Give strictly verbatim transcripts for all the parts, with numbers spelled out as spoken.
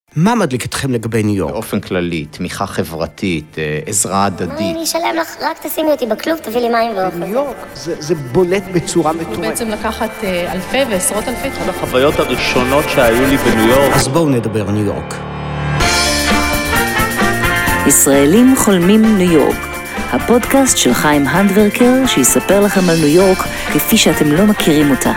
מה מדליק אתכם לגבי ניו יורק? באופן כללי, תמיכה חברתית, עזרה הדדית. אני אשלם לך, רק תשימי אותי בכלוב, תביא לי מים ואוכל. ניו יורק זה, זה בולט בצורה מטורפת. בעצם לקחת אלפי ועשרות אלפי. אחת החוויות הראשונות שהיו לי בניו יורק. אז בואו נדבר ניו יורק. ישראלים חולמים ניו יורק. הפודקאסט של חיים הנדברקר שיספר לכם על ניו יורק כפי שאתם לא מכירים אותה.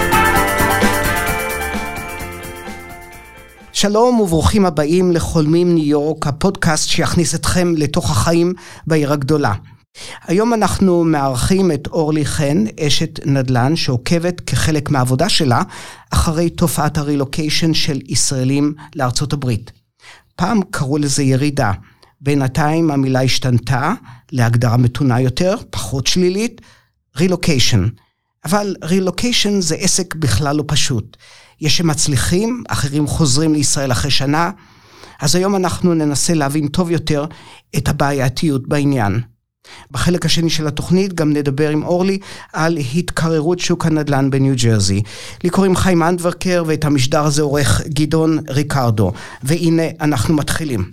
שלום וברוכים הבאים לחולמים ניו יורק, הפודקאסט שיכניס אתכם לתוך החיים בעיר הגדולה. היום אנחנו מארחים את אורלי חן, אשת נדל"ן שעוקבת כחלק מהעבודה שלה אחרי תופעת הרילוקיישן של ישראלים לארצות הברית. פעם קראו לזה ירידה, בינתיים המילה השתנתה להגדרה מתונה יותר, פחות שלילית, רילוקיישן. אבל רילוקיישן זה עסק בכלל לא פשוט. יש שמצליחים, אחרים חוזרים לישראל אחרי שנה, אז היום אנחנו ננסה להבין טוב יותר את הבעייתיות בעניין. בחלק השני של התוכנית גם נדבר עם אורלי על התקררות שוק הנדל"ן בניו ג'רזי. לי קוראים חיים הנדברקר ואת המשדר הזה עורך גדעון ריקרדו. והנה אנחנו מתחילים.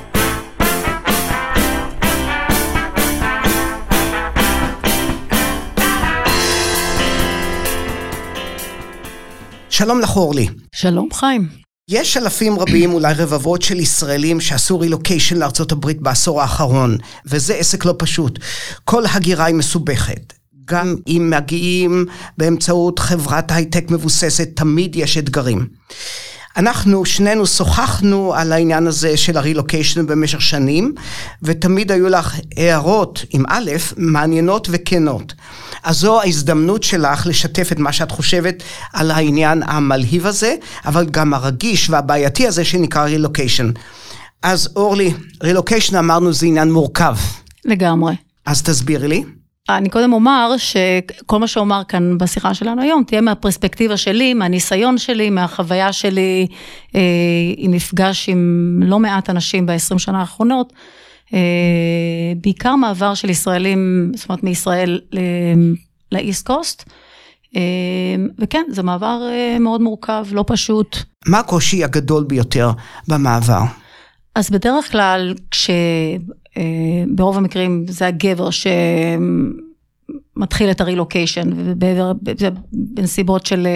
שלום לך אורלי. שלום חיים. יש אלפים רבים, אולי רבבות של ישראלים שעשו רילוקיישן לארצות הברית בעשור האחרון, וזה עסק לא פשוט. כל הגירה היא מסובכת. גם אם מגיעים באמצעות חברת הייטק מבוססת, תמיד יש אתגרים. אנחנו שנינו שוחחנו על העניין הזה של הרילוקיישן במשך שנים, ותמיד היו לך הערות עם א', מעניינות וכנות. אז זו ההזדמנות שלך לשתף את מה שאת חושבת על העניין המלהיב הזה, אבל גם הרגיש והבעייתי הזה שנקרא רילוקיישן. אז אורלי, רילוקיישן אמרנו זה עניין מורכב. לגמרי. אז תסבירי לי. אני קודם אומר שכל מה שאומר כאן בשיחה שלנו היום, תהיה מהפרספקטיבה שלי, מהניסיון שלי, מהחוויה שלי, אה, עם מפגש עם לא מעט אנשים ב-עשרים שנה האחרונות, אה, בעיקר מעבר של ישראלים, זאת אומרת מישראל לאיסט קוסט, אה, וכן, זה מעבר אה, מאוד מורכב, לא פשוט. מה הקושי הגדול ביותר במעבר? אז בדרך כלל, כש... ברוב המקרים זה הגבר שמתחיל את הרילוקיישן, בנסיבות של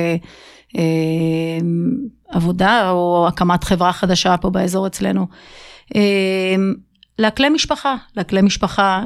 עבודה או הקמת חברה חדשה פה באזור אצלנו. להקלי משפחה, להקלי משפחה,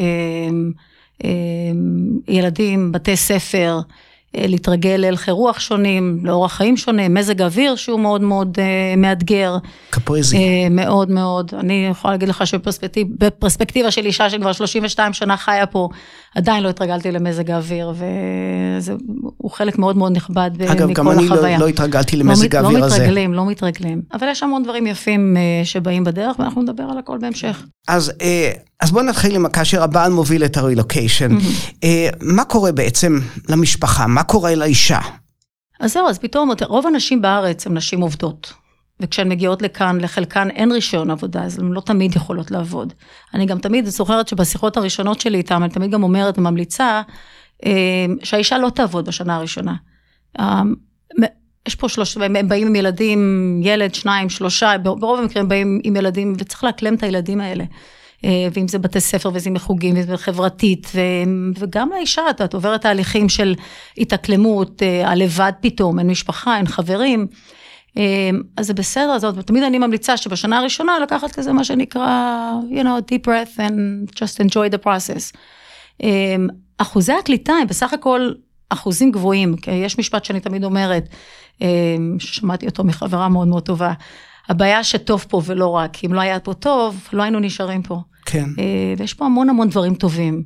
ילדים, בתי ספר, להתרגל להלכי רוח שונים, לאורח חיים שונה, מזג אוויר שהוא מאוד מאוד uh, מאתגר. קפריזי. Uh, מאוד מאוד. אני יכולה להגיד לך שבפרספקטיבה של אישה שכבר שלושים ושתיים שנה חיה פה, עדיין לא התרגלתי למזג האוויר, והוא חלק מאוד מאוד נכבד מכל החוויה. אגב, גם אני לא, לא התרגלתי למזג האוויר לא הזה. לא מתרגלים, לא מתרגלים. אבל יש המון דברים יפים uh, שבאים בדרך, ואנחנו נדבר על הכל בהמשך. אז, אז בואו נתחיל עם כאשר הבעל מוביל את הרילוקיישן. Mm-hmm. מה קורה בעצם למשפחה? מה קורה לאישה? אז זהו, אז פתאום, רוב הנשים בארץ הן נשים עובדות. וכשהן מגיעות לכאן, לחלקן אין רישיון עבודה, אז הן לא תמיד יכולות לעבוד. אני גם תמיד זוכרת שבשיחות הראשונות שלי איתם, אני תמיד גם אומרת וממליצה, שהאישה לא תעבוד בשנה הראשונה. יש פה שלוש, הם באים עם ילדים, ילד, שניים, שלושה, ברוב המקרים הם באים עם ילדים, וצריך להקלם את הילדים האלה. ואם זה בתי ספר, וזה מחוגים, וזה חברתית, וגם לאישה, את עוברת תהליכים של התאקלמות, הלבד פתאום, אין משפחה, אין חברים, אז זה בסדר, זאת, תמיד אני ממליצה שבשנה הראשונה, לקחת כזה מה שנקרא, you know, deep breath, and just enjoy the process. אחוזי הקליטה הם בסך הכל אחוזים גבוהים, כי יש משפט שאני תמיד אומרת, ששמעתי אותו מחברה מאוד מאוד טובה, הבעיה שטוב פה ולא רק, אם לא היה פה טוב, לא היינו נשארים פה. כן. ויש פה המון המון דברים טובים.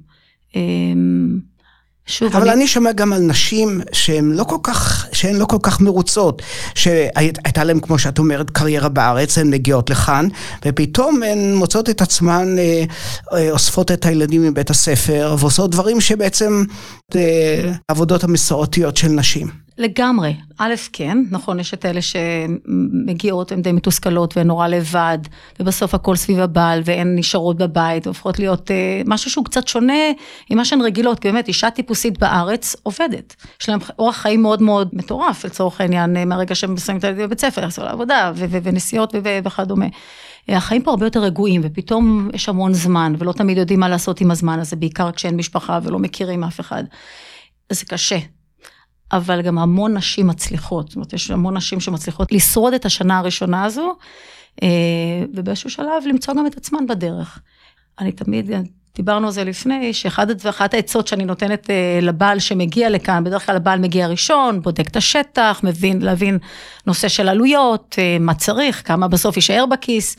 שוב, אבל אני... אני שומע גם על נשים שהן לא כל כך, שהן לא כל כך מרוצות, שהייתה להם, כמו שאת אומרת, קריירה בארץ, הן מגיעות לכאן, ופתאום הן מוצאות את עצמן, אוספות את הילדים מבית הספר, ועושות דברים שבעצם עבודות המסורתיות של נשים. לגמרי, א' כן, נכון, יש את אלה שמגיעות, הן די מתוסכלות והן נורא לבד, ובסוף הכל סביב הבעל, והן נשארות בבית, והופכות להיות אה, משהו שהוא קצת שונה עם מה שהן רגילות, כי באמת אישה טיפוסית בארץ עובדת, יש להם אורח חיים מאוד מאוד מטורף, לצורך העניין, מהרגע שהם מסיימים את הילדים בבית ספר, יעשו לעבודה, ו- ו- ונסיעות ו- וכדומה. החיים פה הרבה יותר רגועים, ופתאום יש המון זמן, ולא תמיד יודעים מה לעשות עם הזמן הזה, בעיקר כשאין משפחה ולא מכירים אף אחד. זה קשה. אבל גם המון נשים מצליחות, זאת אומרת, יש המון נשים שמצליחות לשרוד את השנה הראשונה הזו, ובאיזשהו שלב למצוא גם את עצמן בדרך. אני תמיד, דיברנו על זה לפני, שאחת העצות שאני נותנת לבעל שמגיע לכאן, בדרך כלל הבעל מגיע ראשון, בודק את השטח, מבין, להבין נושא של עלויות, מה צריך, כמה בסוף יישאר בכיס,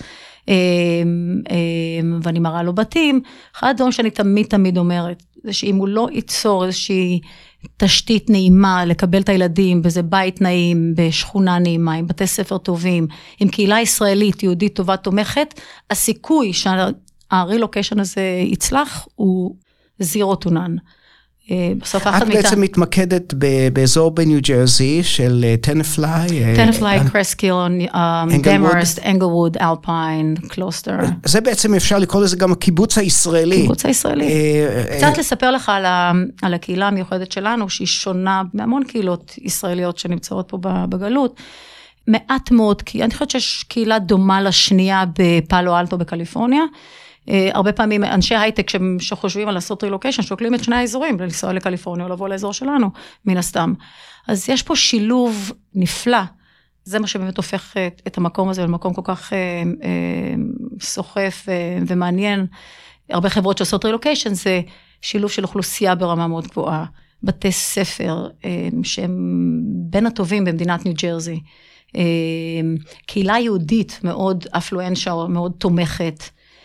ואני מראה לו בתים. אחד הדברים שאני תמיד תמיד אומרת, זה שאם הוא לא ייצור איזושהי תשתית נעימה, לקבל את הילדים, באיזה בית נעים, בשכונה נעימה, עם בתי ספר טובים, עם קהילה ישראלית, יהודית טובה תומכת, הסיכוי שהרילוקיישן הזה יצלח, הוא זירו טונן. בסוף את בעצם מתמקדת באזור בניו ג'רזי של טנפליי, טנפליי, קרסקיל, דמרסט, אנגלווד, אלפיין, קלוסטר. זה בעצם אפשר לקרוא לזה גם הקיבוץ הישראלי. קיבוץ הישראלי. קצת לספר לך על הקהילה המיוחדת שלנו, שהיא שונה מהמון קהילות ישראליות שנמצאות פה בגלות, מעט מאוד, כי אני חושבת שיש קהילה דומה לשנייה בפאלו אלטו בקליפורניה, הרבה פעמים אנשי הייטק שחושבים על לעשות רילוקיישן, שוקלים את שני האזורים, לנסוע לקליפורניה או לבוא לאזור שלנו, מן הסתם. אז יש פה שילוב נפלא, זה מה שבאמת הופך את המקום הזה, למקום כל כך סוחף ומעניין. הרבה חברות שעושות רילוקיישן, זה שילוב של אוכלוסייה ברמה מאוד גבוהה, בתי ספר שהם בין הטובים במדינת ניו ג'רזי, קהילה יהודית מאוד אפלואנשל, מאוד תומכת,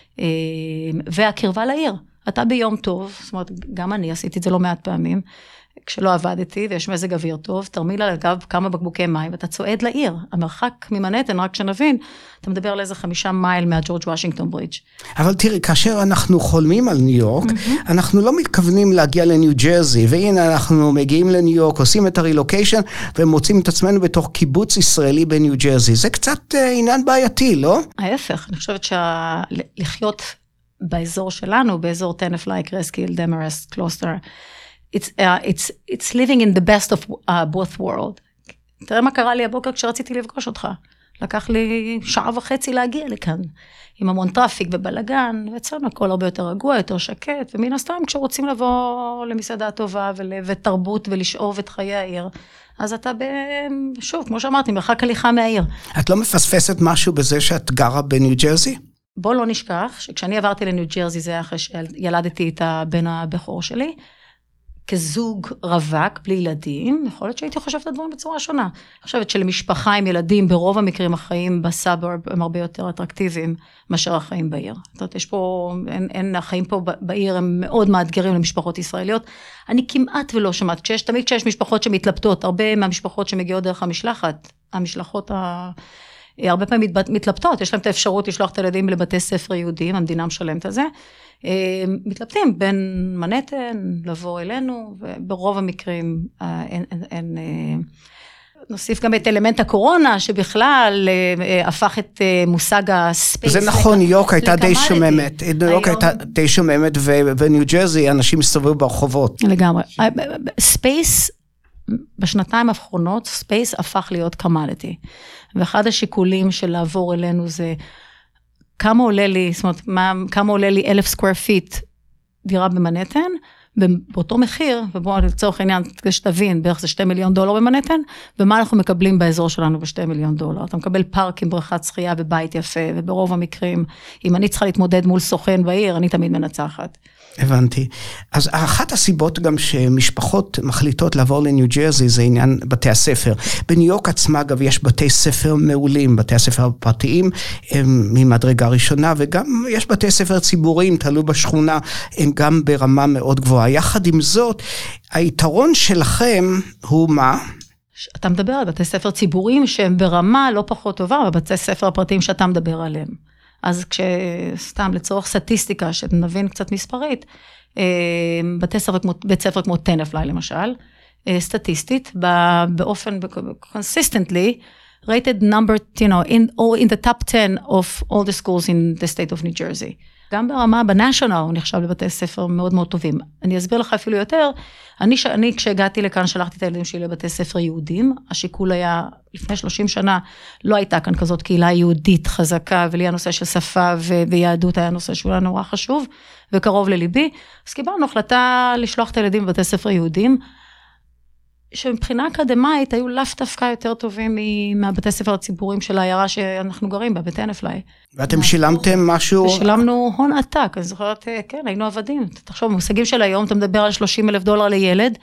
והקרבה לעיר, אתה ביום טוב, זאת אומרת, גם אני עשיתי את זה לא מעט פעמים, כשלא עבדתי, ויש מזג אוויר טוב, תרמיל על הגב כמה בקבוקי מים, ואתה צועד לעיר, המרחק ממנהטן, רק שנבין, אתה מדבר על איזה חמישה מייל מהג'ורג' וושינגטון ברידג'. אבל תראי, כאשר אנחנו חולמים על ניו יורק, mm-hmm. אנחנו לא מתכוונים להגיע לניו ג'רזי, והנה אנחנו מגיעים לניו יורק, עושים את הרילוקיישן, ומוצאים את עצמנו בתוך קיבוץ ישראלי בניו ג'רזי. זה קצת עניין בעייתי, לא? ההפך, אני חושבת שלחיות באזור שלנו, באזור טנפליי, קרסקיל, דמרסט, קלוסטר, It's, uh, it's, it's living in the best of uh, both world. תראה מה קרה לי הבוקר כשרציתי לפגוש אותך. לקח לי שעה וחצי להגיע לכאן, עם המון טראפיק ובלגן, ואצלנו הכל הרבה יותר רגוע, יותר שקט, ומן הסתם כשרוצים לבוא למסעדה טובה, ותרבות ולשאוב את חיי העיר, אז אתה ב... שוב, כמו שאמרתי, מרחק הליכה מהעיר. את לא מפספסת משהו בזה שאת גרה בניו ג'רזי? בוא לא נשכח, שכשאני עברתי לניו ג'רזי, זה היה אחרי שילדתי את הבן הבכור שלי, כזוג רווק, בלי ילדים, יכול להיות שהייתי חושבת את הדברים בצורה שונה. אני חושבת שלמשפחה עם ילדים, ברוב המקרים החיים בסאברב, הם הרבה יותר אטרקטיביים, מאשר החיים בעיר. זאת אומרת, יש פה, אין, אין, החיים פה בעיר הם מאוד מאתגרים למשפחות ישראליות. אני כמעט ולא שמעת, כשיש, תמיד כשיש משפחות שמתלבטות, הרבה מהמשפחות שמגיעות דרך המשלחת, המשלחות ה... הרבה פעמים מתלבטות, יש להם את האפשרות לשלוח את הילדים לבתי ספר יהודיים, המדינה משלמת על זה, מתלבטים בין מנהטן, לבוא אלינו, וברוב המקרים אין, אין, אין, נוסיף גם את אלמנט הקורונה, שבכלל הפך את מושג הספייס. זה נכון, ניו יורק הייתה די שוממת, ניו יורק הייתה די שוממת, וניו ג'רזי אנשים הסתובבו ברחובות. לגמרי. ספייס, בשנתיים האחרונות, ספייס הפך להיות קמאליטי, ואחד השיקולים של לעבור אלינו זה, כמה עולה לי, זאת אומרת, מה, כמה עולה לי אלף סקוואר פיט דירה במנהטן, באותו מחיר, ובואו לצורך העניין, כדי שתבין, בערך זה שתי מיליון דולר במנהטן, ומה אנחנו מקבלים באזור שלנו בשתי מיליון דולר. אתה מקבל פארק עם בריכת שחייה ובית יפה, וברוב המקרים, אם אני צריכה להתמודד מול סוכן בעיר, אני תמיד מנצחת. הבנתי. אז אחת הסיבות גם שמשפחות מחליטות לעבור לניו ג'רזי, זה עניין בתי הספר. בניו יורק עצמה, אגב, יש בתי ספר מעולים, בתי הספר הפרטיים, הם ממדרגה ראשונה, וגם יש בתי ספר ציבוריים, תלוי בשכונה, הם גם ברמה מאוד גבוהה. יחד עם זאת, היתרון שלכם הוא מה? אתה מדבר על בתי ספר ציבוריים, שהם ברמה לא פחות טובה, בבתי ספר הפרטיים שאתה מדבר עליהם. אז כשסתם לצורך סטטיסטיקה, שנבין קצת מספרית, בית ספר כמו, בית ספר כמו טנפליי למשל, סטטיסטית, באופן, consistently, rated number, you know, in, or in the top ten of all the schools in the state of New Jersey. גם ברמה, בנשיונל, הוא נחשב לבתי ספר מאוד מאוד טובים. אני אסביר לך אפילו יותר, אני, אני כשהגעתי לכאן, שלחתי את הילדים שלי לבתי ספר יהודים, השיקול היה, לפני שלושים שנה, לא הייתה כאן כזאת קהילה יהודית חזקה, ולי הנושא של שפה ו- ויהדות היה נושא שהוא היה נורא חשוב, וקרוב לליבי, אז קיבלנו החלטה לשלוח את הילדים בבתי ספר יהודים, שמבחינה אקדמית היו לאו דווקא יותר טובים מהבתי ספר הציבוריים של העיירה שאנחנו גרים בה, בטנפליי. ואתם שילמתם משהו? שילמנו הון עתק, אני זוכרת, כן, היינו עבדים. תחשוב, במושגים של היום, אתה מדבר על שלושים אלף דולר לילד,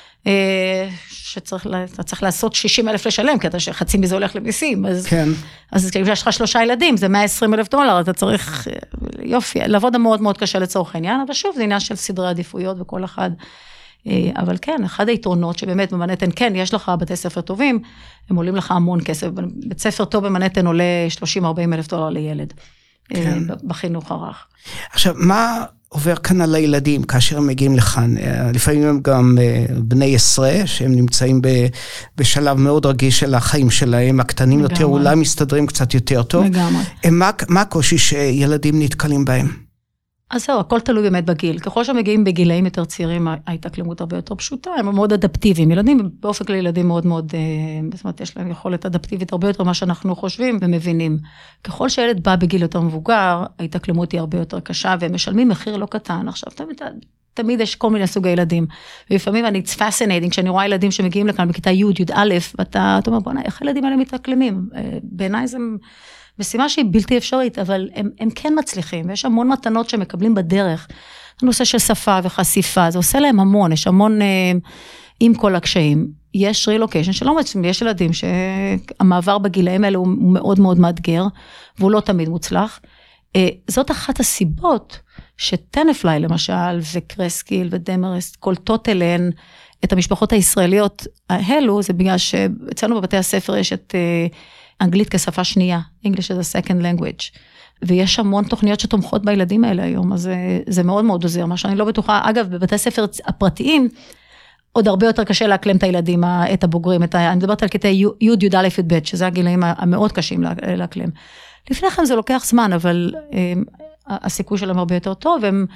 שצריך, אתה צריך לעשות שישים אלף לשלם, כי אתה חצי מזה הולך למיסים, אז, כן. אז כשיש לך שלושה ילדים, זה מאה ועשרים אלף דולר, אתה צריך, יופי, לעבוד מאוד מאוד קשה לצורך העניין, אבל שוב, זה עניין של סדרי עדיפויות וכל אחד, אבל כן, אחד היתרונות שבאמת במנהטן, כן, יש לך בתי ספר טובים, הם עולים לך המון כסף, בית ספר טוב במנהטן עולה שלושים עד ארבעים אלף דולר לילד, כן. בחינוך הרך. עכשיו, מה עובר כאן על הילדים כאשר הם מגיעים לכאן? לפעמים הם גם בני עשרה, שהם נמצאים בשלב מאוד רגיש של החיים שלהם, הקטנים יותר, אולי מסתדרים קצת יותר טוב. לגמרי. מה, מה הקושי שילדים נתקלים בהם? אז זהו, הכל תלוי באמת בגיל. ככל שמגיעים בגילאים יותר צעירים, ההתאקלמות הרבה יותר פשוטה, הם מאוד אדפטיביים. ילדים, באופן כלל ילדים מאוד מאוד, זאת אומרת, יש להם יכולת אדפטיבית הרבה יותר ממה שאנחנו חושבים ומבינים. ככל שילד בא בגיל יותר מבוגר, ההתאקלמות היא הרבה יותר קשה, והם משלמים מחיר לא קטן. עכשיו, תמיד, תמיד יש כל מיני סוגי ילדים. ולפעמים אני, it's fascinating, כשאני רואה ילדים שמגיעים לכאן בכיתה י', י' א', ואתה אומר, בוא, איך הילדים האלה מתאקלמים? בעיניי זה משימה שהיא בלתי אפשרית, אבל הם, הם כן מצליחים, ויש המון מתנות שמקבלים בדרך, הנושא של שפה וחשיפה, זה עושה להם המון, יש המון, אה, עם כל הקשיים, יש רילוקיישן שלא מצליחים, יש ילדים שהמעבר בגילאים האלה הוא מאוד מאוד מאתגר, והוא לא תמיד מוצלח, אה, זאת אחת הסיבות, שטנפליי למשל, וקרסקיל ודמרסט, קולטות אליהן, את המשפחות הישראליות האלו, זה בגלל שאצלנו בבתי הספר יש את אה, אנגלית כשפה שנייה, English is a second language, ויש המון תוכניות שתומכות בילדים האלה היום, אז זה, זה מאוד מאוד עוזר, מה שאני לא בטוחה, אגב, בבתי הספר הפרטיים, עוד הרבה יותר קשה להקלם את הילדים, את הבוגרים, את ה, אני מדברת על כיתה י' י' א' ב', שזה הגילאים המאוד קשים להקלם. לפני כן זה לוקח זמן, אבל הם, הסיכוי שלהם הרבה יותר טוב, הם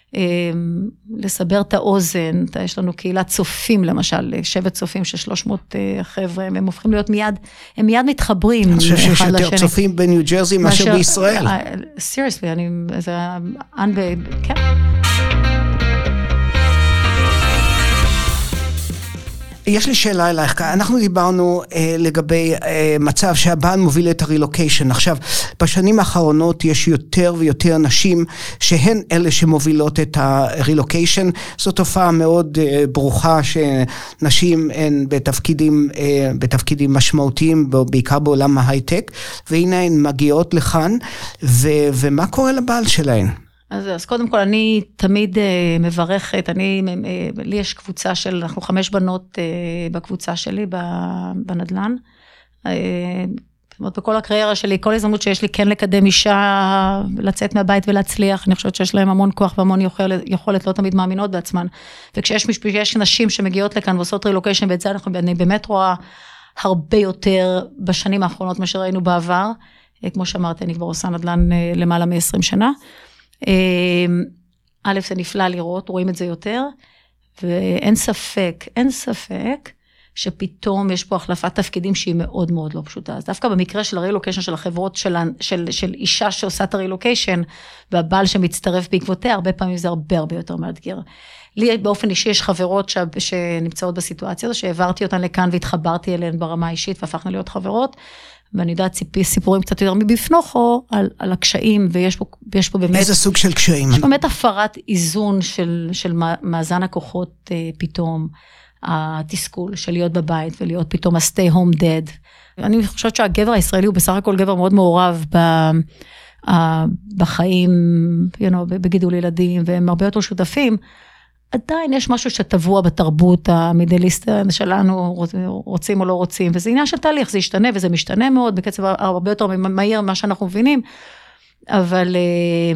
לסבר את האוזן, יש לנו קהילת צופים למשל, שבט צופים של שלוש מאות חבר'ה, הם הופכים להיות מיד, הם מיד מתחברים. אני חושב שיש יותר צופים בניו ג'רזי מאשר בישראל. seriously, אני, זה, כן. יש לי שאלה אלייך, אנחנו דיברנו אה, לגבי אה, מצב שהבעל מוביל את הרילוקיישן, עכשיו בשנים האחרונות יש יותר ויותר נשים שהן אלה שמובילות את הרילוקיישן, זו תופעה מאוד אה, ברוכה שנשים הן בתפקידים, אה, בתפקידים משמעותיים, בעיקר בעולם ההייטק, והנה הן מגיעות לכאן, ו, ומה קורה לבעל שלהן? אז, אז קודם כל, אני תמיד uh, מברכת, אני, uh, לי יש קבוצה של, אנחנו חמש בנות uh, בקבוצה שלי, בנדלן. Uh, בכל הקריירה שלי, כל הזדמנות שיש לי כן לקדם אישה, לצאת מהבית ולהצליח, אני חושבת שיש להם המון כוח והמון יכולת, יכולת לא תמיד מאמינות בעצמן. וכשיש יש נשים שמגיעות לכאן ועושות רילוקיישן, ואת זה אנחנו, אני באמת רואה הרבה יותר בשנים האחרונות, מה שראינו בעבר. Uh, כמו שאמרתי, אני כבר עושה נדלן uh, למעלה מ-עשרים שנה. א', זה נפלא לראות, רואים את זה יותר, ואין ספק, אין ספק, שפתאום יש פה החלפת תפקידים שהיא מאוד מאוד לא פשוטה. אז דווקא במקרה של הרילוקיישן של החברות של, של, של אישה שעושה את הרילוקיישן, והבעל שמצטרף בעקבותיה, הרבה פעמים זה הרבה הרבה יותר מאתגר. לי באופן אישי יש חברות ש, שנמצאות בסיטואציה הזו, שהעברתי אותן לכאן והתחברתי אליהן ברמה האישית, והפכנו להיות חברות, ואני יודעת סיפורים קצת יותר מבפנוכו, על, על הקשיים, ויש פה, ויש פה באמת... איזה סוג של קשיים? יש באמת הפרת איזון של, של מאזן הכוחות אה, פתאום, התסכול של להיות בבית, ולהיות פתאום ה-stay home dead. אני חושבת שהגבר הישראלי הוא בסך הכל גבר מאוד מעורב ב, אה, בחיים, you know, בגידול ילדים, והם הרבה יותר שותפים, עדיין יש משהו שטבוע בתרבות המידליסט שלנו, רוצים או לא רוצים, וזה עניין של תהליך, זה ישתנה, וזה משתנה מאוד, בקצב הרבה יותר מהיר ממה שאנחנו מבינים, אבל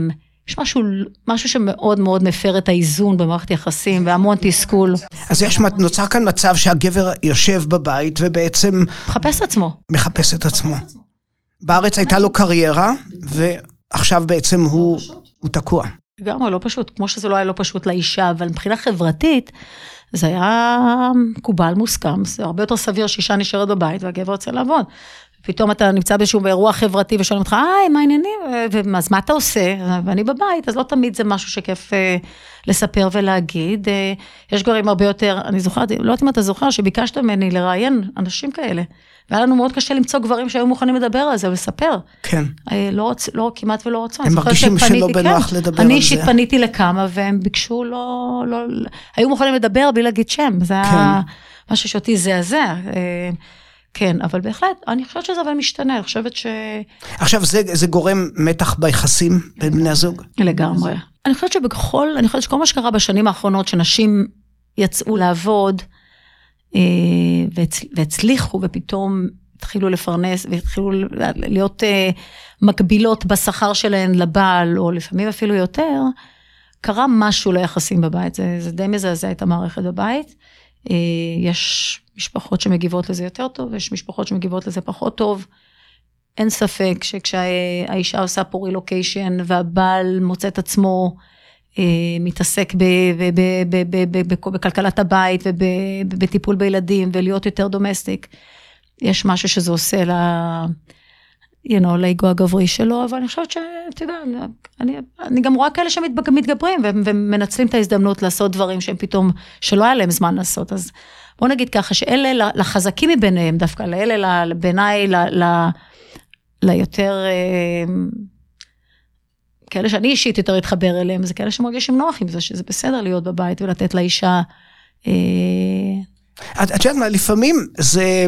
יש משהו, משהו שמאוד מאוד מפר את האיזון במערכת יחסים, והמון תסכול. אז יש, נוצר כאן מצב שהגבר יושב בבית, ובעצם... מחפש את עצמו. מחפש את עצמו. בארץ הייתה לו קריירה, ועכשיו בעצם הוא, הוא תקוע. גם לא פשוט, כמו שזה לא היה לא פשוט לאישה, אבל מבחינה חברתית, זה היה מקובל מוסכם, זה הרבה יותר סביר שאישה נשארת בבית, והגבר רוצה לעבוד. פתאום אתה נמצא באיזשהו אירוע חברתי, ושואלים אותך, היי, מה העניינים? אז מה אתה עושה? ואני בבית, אז לא תמיד זה משהו שכיף לספר ולהגיד. יש גברים הרבה יותר, אני זוכרת, לא יודעת אם אתה זוכר, שביקשת ממני לראיין אנשים כאלה, והיה לנו מאוד קשה למצוא גברים שהיו מוכנים לדבר על זה, ולספר. כן. לא, לא, כמעט ולא רצון. הם מרגישים שלא בנוח לדבר על זה. אני אישית פניתי לכמה, והם ביקשו לא, לא, היו מוכנים לדבר בלי להגיד שם. זה היה משהו שאותי זה הזה. כן, אבל בהחלט, אני חושבת שזה אבל משתנה, אני חושבת ש... עכשיו, זה, זה גורם מתח ביחסים בין בני הזוג? לגמרי. אני חושבת שבכל, אני חושבת שכל מה שקרה בשנים האחרונות, שנשים יצאו לעבוד, והצליחו, ופתאום התחילו לפרנס, והתחילו להיות מקבילות בשכר שלהן לבעל, או לפעמים אפילו יותר, קרה משהו ליחסים בבית, זה, זה די מזעזע את המערכת בבית, יש משפחות שמגיבות לזה יותר טוב, יש משפחות שמגיבות לזה פחות טוב, אין ספק שכשהאישה עושה פה רילוקיישן, והבעל מוצא את עצמו, מתעסק בכלכלת הבית, ובטיפול בילדים, ולהיות יותר דומסטיק, יש משהו שזה עושה לה... you know, לאגו הגברי שלו, אבל אני חושבת שאתה יודע, אני, אני גם רואה כאלה שמתגברים, ומנצלים את ההזדמנות לעשות דברים שהם פתאום, שלא היה להם זמן לעשות, אז בוא נגיד ככה, שאלה לחזקים מביניהם, דווקא לאלה, בעיניי, ליותר, כאלה שאני אישית יותר אתחבר אליהם, זה כאלה שמרגישים נוח עם זה, שזה בסדר להיות בבית, ולתת לאישה... את יודעת מה, לפעמים זה...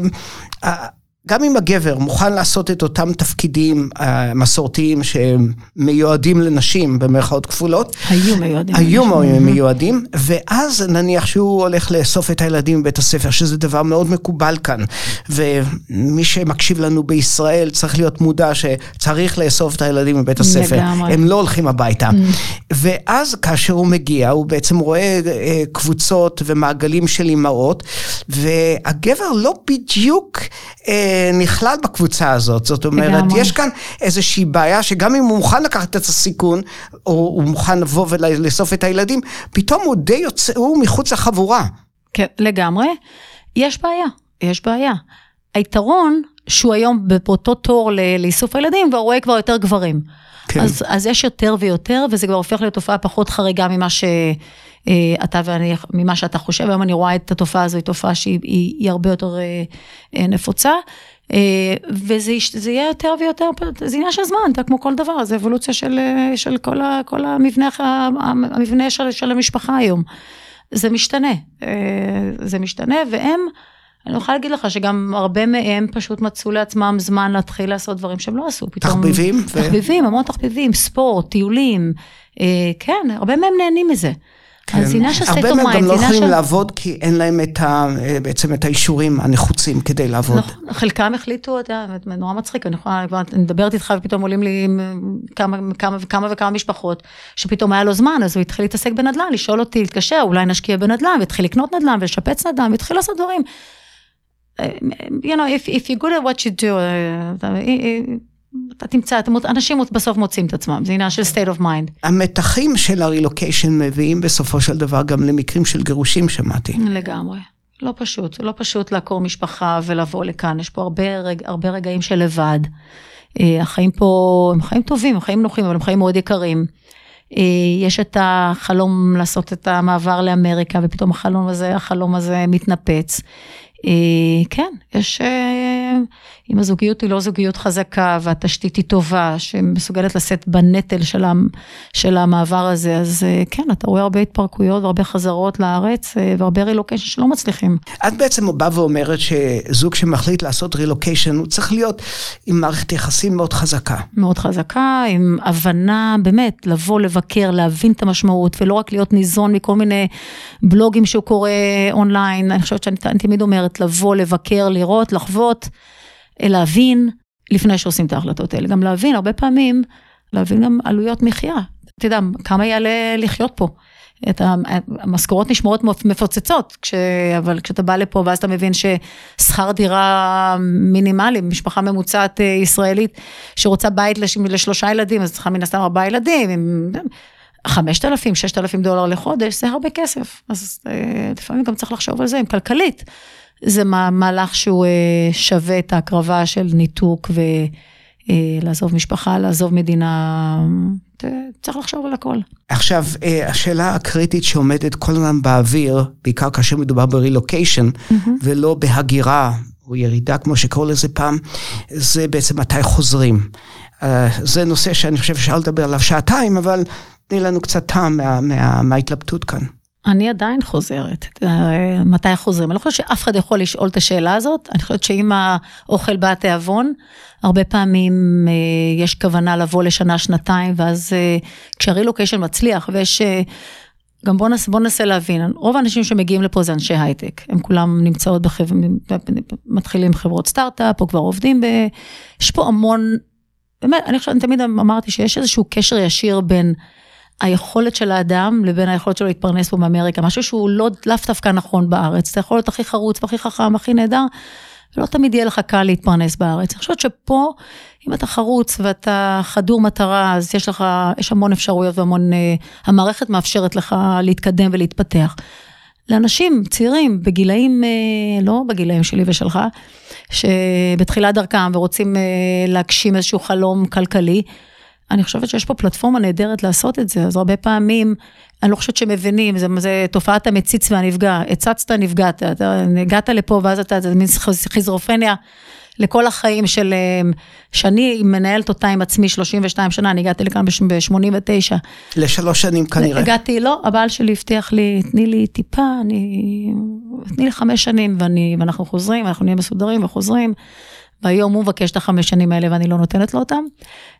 גם אם הגבר מוכן לעשות את אותם תפקידים מסורתיים שמיועדים לנשים במרכאות כפולות, היו מיועדים. היו מיועדים, ואז נניח שהוא הולך לאסוף את הילדים בבית הספר, שזה דבר מאוד מקובל כאן, ומי שמקשיב לנו בישראל צריך להיות מודע שצריך לאסוף את הילדים בבית הספר, הם לא הולכים הביתה. ואז כאשר הוא מגיע, הוא בעצם רואה קבוצות ומעגלים של אימהות, והגבר לא בדיוק... נכלל בקבוצה הזאת, זאת אומרת, יש כאן איזושהי בעיה, שגם אם הוא מוכן לקחת את הסיכון, או הוא מוכן לבוא ולאסוף את הילדים, פתאום הוא די יוצא, הוא מחוץ לחבורה. כן, לגמרי. יש בעיה, יש בעיה. היתרון, שהוא היום באותו תור לאיסוף הילדים, והוא רואה כבר יותר גברים. כן. אז, אז יש יותר ויותר, וזה כבר הופך לתופעה פחות חריגה ממה ש... אתה ואני, ממה שאתה חושב, היום אני רואה את התופעה הזו, היא תופעה שהיא היא, היא הרבה יותר נפוצה, וזה זה יהיה יותר ויותר, זה עניין של זמן, כמו כל דבר, זה אבולוציה של, של כל, ה, כל המבנה, המבנה של, של המשפחה היום. זה משתנה, זה משתנה, והם, אני יכולה להגיד לך שגם הרבה מהם פשוט מצאו לעצמם זמן להתחיל לעשות דברים שהם לא עשו. תחביבים? תחביבים, המון תחביבים, ספורט, טיולים, כן, הרבה מהם נהנים מזה. הרבה מהם גם לא יכולים לעבוד, כי אין להם בעצם את האישורים הנחוצים כדי לעבוד. חלקם החליטו, נורא מצחיק, אני מדברת איתך ופתאום עולים לי כמה וכמה משפחות, שפתאום היה לו זמן, אז הוא התחיל להתעסק בנדל"ן, לשאול אותי, להתקשר, אולי נשקיע בנדל"ן, והתחיל לקנות נדל"ן, ולשפץ נדל"ן, והתחיל לעשות דברים. You know, if you're good at what you do, אתה תמצא, אנשים בסוף מוצאים את עצמם, זה עניין של state of mind. המתחים של הרילוקיישן מביאים בסופו של דבר גם למקרים של גירושים, שמעתי. לגמרי, לא פשוט, לא פשוט לעקור משפחה ולבוא לכאן, יש פה הרבה, רגע, הרבה רגעים של לבד, החיים פה, הם חיים טובים, הם חיים נוחים, אבל הם חיים מאוד יקרים, יש את החלום לעשות את המעבר לאמריקה, ופתאום החלום הזה, החלום הזה מתנפץ, כן, יש, אם הזוגיות היא לא זוגיות חזקה, והתשתית היא טובה, שמסוגלת לשאת בנטל של המעבר הזה, אז כן, אתה רואה הרבה התפרקויות, והרבה חזרות לארץ, והרבה רילוקיישן שלא מצליחים. את בעצם באה ואומרת שזוג שמחליט לעשות רילוקיישן, הוא צריך להיות עם מערכת יחסים מאוד חזקה. מאוד חזקה, עם הבנה, באמת, לבוא, לבקר, להבין את המשמעות, ולא רק להיות ניזון מכל מיני בלוגים שהוא קורא אונליין, אני חושבת שאני תמיד אומרת, לבוא, לבקר, לראות, לחוות, להבין, לפני שעושים את ההחלטות האלה. גם להבין, הרבה פעמים, להבין גם עלויות מחיה. אתה יודע, כמה יעלה לחיות פה? את המשכורות נשמעות מפוצצות, כש, אבל כשאתה בא לפה, ואז אתה מבין ששכר דירה מינימלי, משפחה ממוצעת ישראלית, שרוצה בית לשלושה ילדים, אז צריכה מן הסתם ארבעה ילדים, עם חמשת אלפים, ששת אלפים דולר לחודש, זה הרבה כסף, אז לפעמים גם צריך לחשוב על זה, עם כלכלית, זה מהלך שהוא שווה את ההקרבה של ניתוק, ולעזוב משפחה, לעזוב מדינה, צריך לחשוב על הכל. עכשיו, השאלה הקריטית שעומדת כל הזמן באוויר, בעיקר כאשר מדובר ברילוקיישן, mm-hmm. ולא בהגירה, או ירידה, כמו שקראו לזה פעם, זה בעצם מתי חוזרים. זה נושא שאני חושב שאפשר לדבר עליו שעתיים, אבל תני לנו קצת טעם מה, מה, מההתלבטות כאן. אני עדיין חוזרת. מתי חוזרים? אני לא חושבת שאף אחד יכול לשאול את השאלה הזאת. אני חושבת שאם האוכל בא תיאבון, הרבה פעמים יש כוונה לבוא לשנה, שנתיים, ואז כשהרילוקיישן מצליח, ויש, גם בוא ננסה, בוא ננסה להבין, רוב האנשים שמגיעים לפה זה אנשי הייטק, הם כולם נמצאות בחבר, מתחילים חברות סטארט-אפ, או כבר עובדים ב... יש פה המון, באמת, אני חושבת, אני תמיד אמרתי שיש איזשהו קשר ישיר בין היכולת של האדם לבין היכולת שלו להתפרנס פה באמריקה, משהו שהוא לא דווקא נכון בארץ, אתה יכול להיות הכי חרוץ והכי חכם, הכי נהדר, ולא תמיד יהיה לך קל להתפרנס בארץ. אני חושבת שפה, אם אתה חרוץ ואתה חדור מטרה, אז יש לך, יש המון אפשרויות והמון, המערכת מאפשרת לך להתקדם ולהתפתח. לאנשים צעירים, בגילאים, לא בגילאים שלי ושלך, שבתחילת דרכם ורוצים להגשים איזשהו חלום כלכלי, אני חושבת שיש פה פלטפורמה נהדרת לעשות את זה, אז הרבה פעמים, אני לא חושבת שמבינים, זה, זה תופעת המציץ והנפגע, הצצת, נפגעת, אתה הגעת לפה, ואז אתה, זה מין חיזרופניה, לכל החיים של, שאני מנהלת אותה עם עצמי, שלושים ושתיים שנה, אני הגעתי לכאן ב-שמונים ותשע. לשלוש שנים כנראה. הגעתי, לא, הבעל שלי הבטיח לי, תני לי טיפה, אני, תני לי חמש שנים, ואני, ואנחנו חוזרים, אנחנו נהיה מסודרים וחוזרים, והיום הוא מבקש את החמש שנים האלה, ואני לא נותנת לו אותם.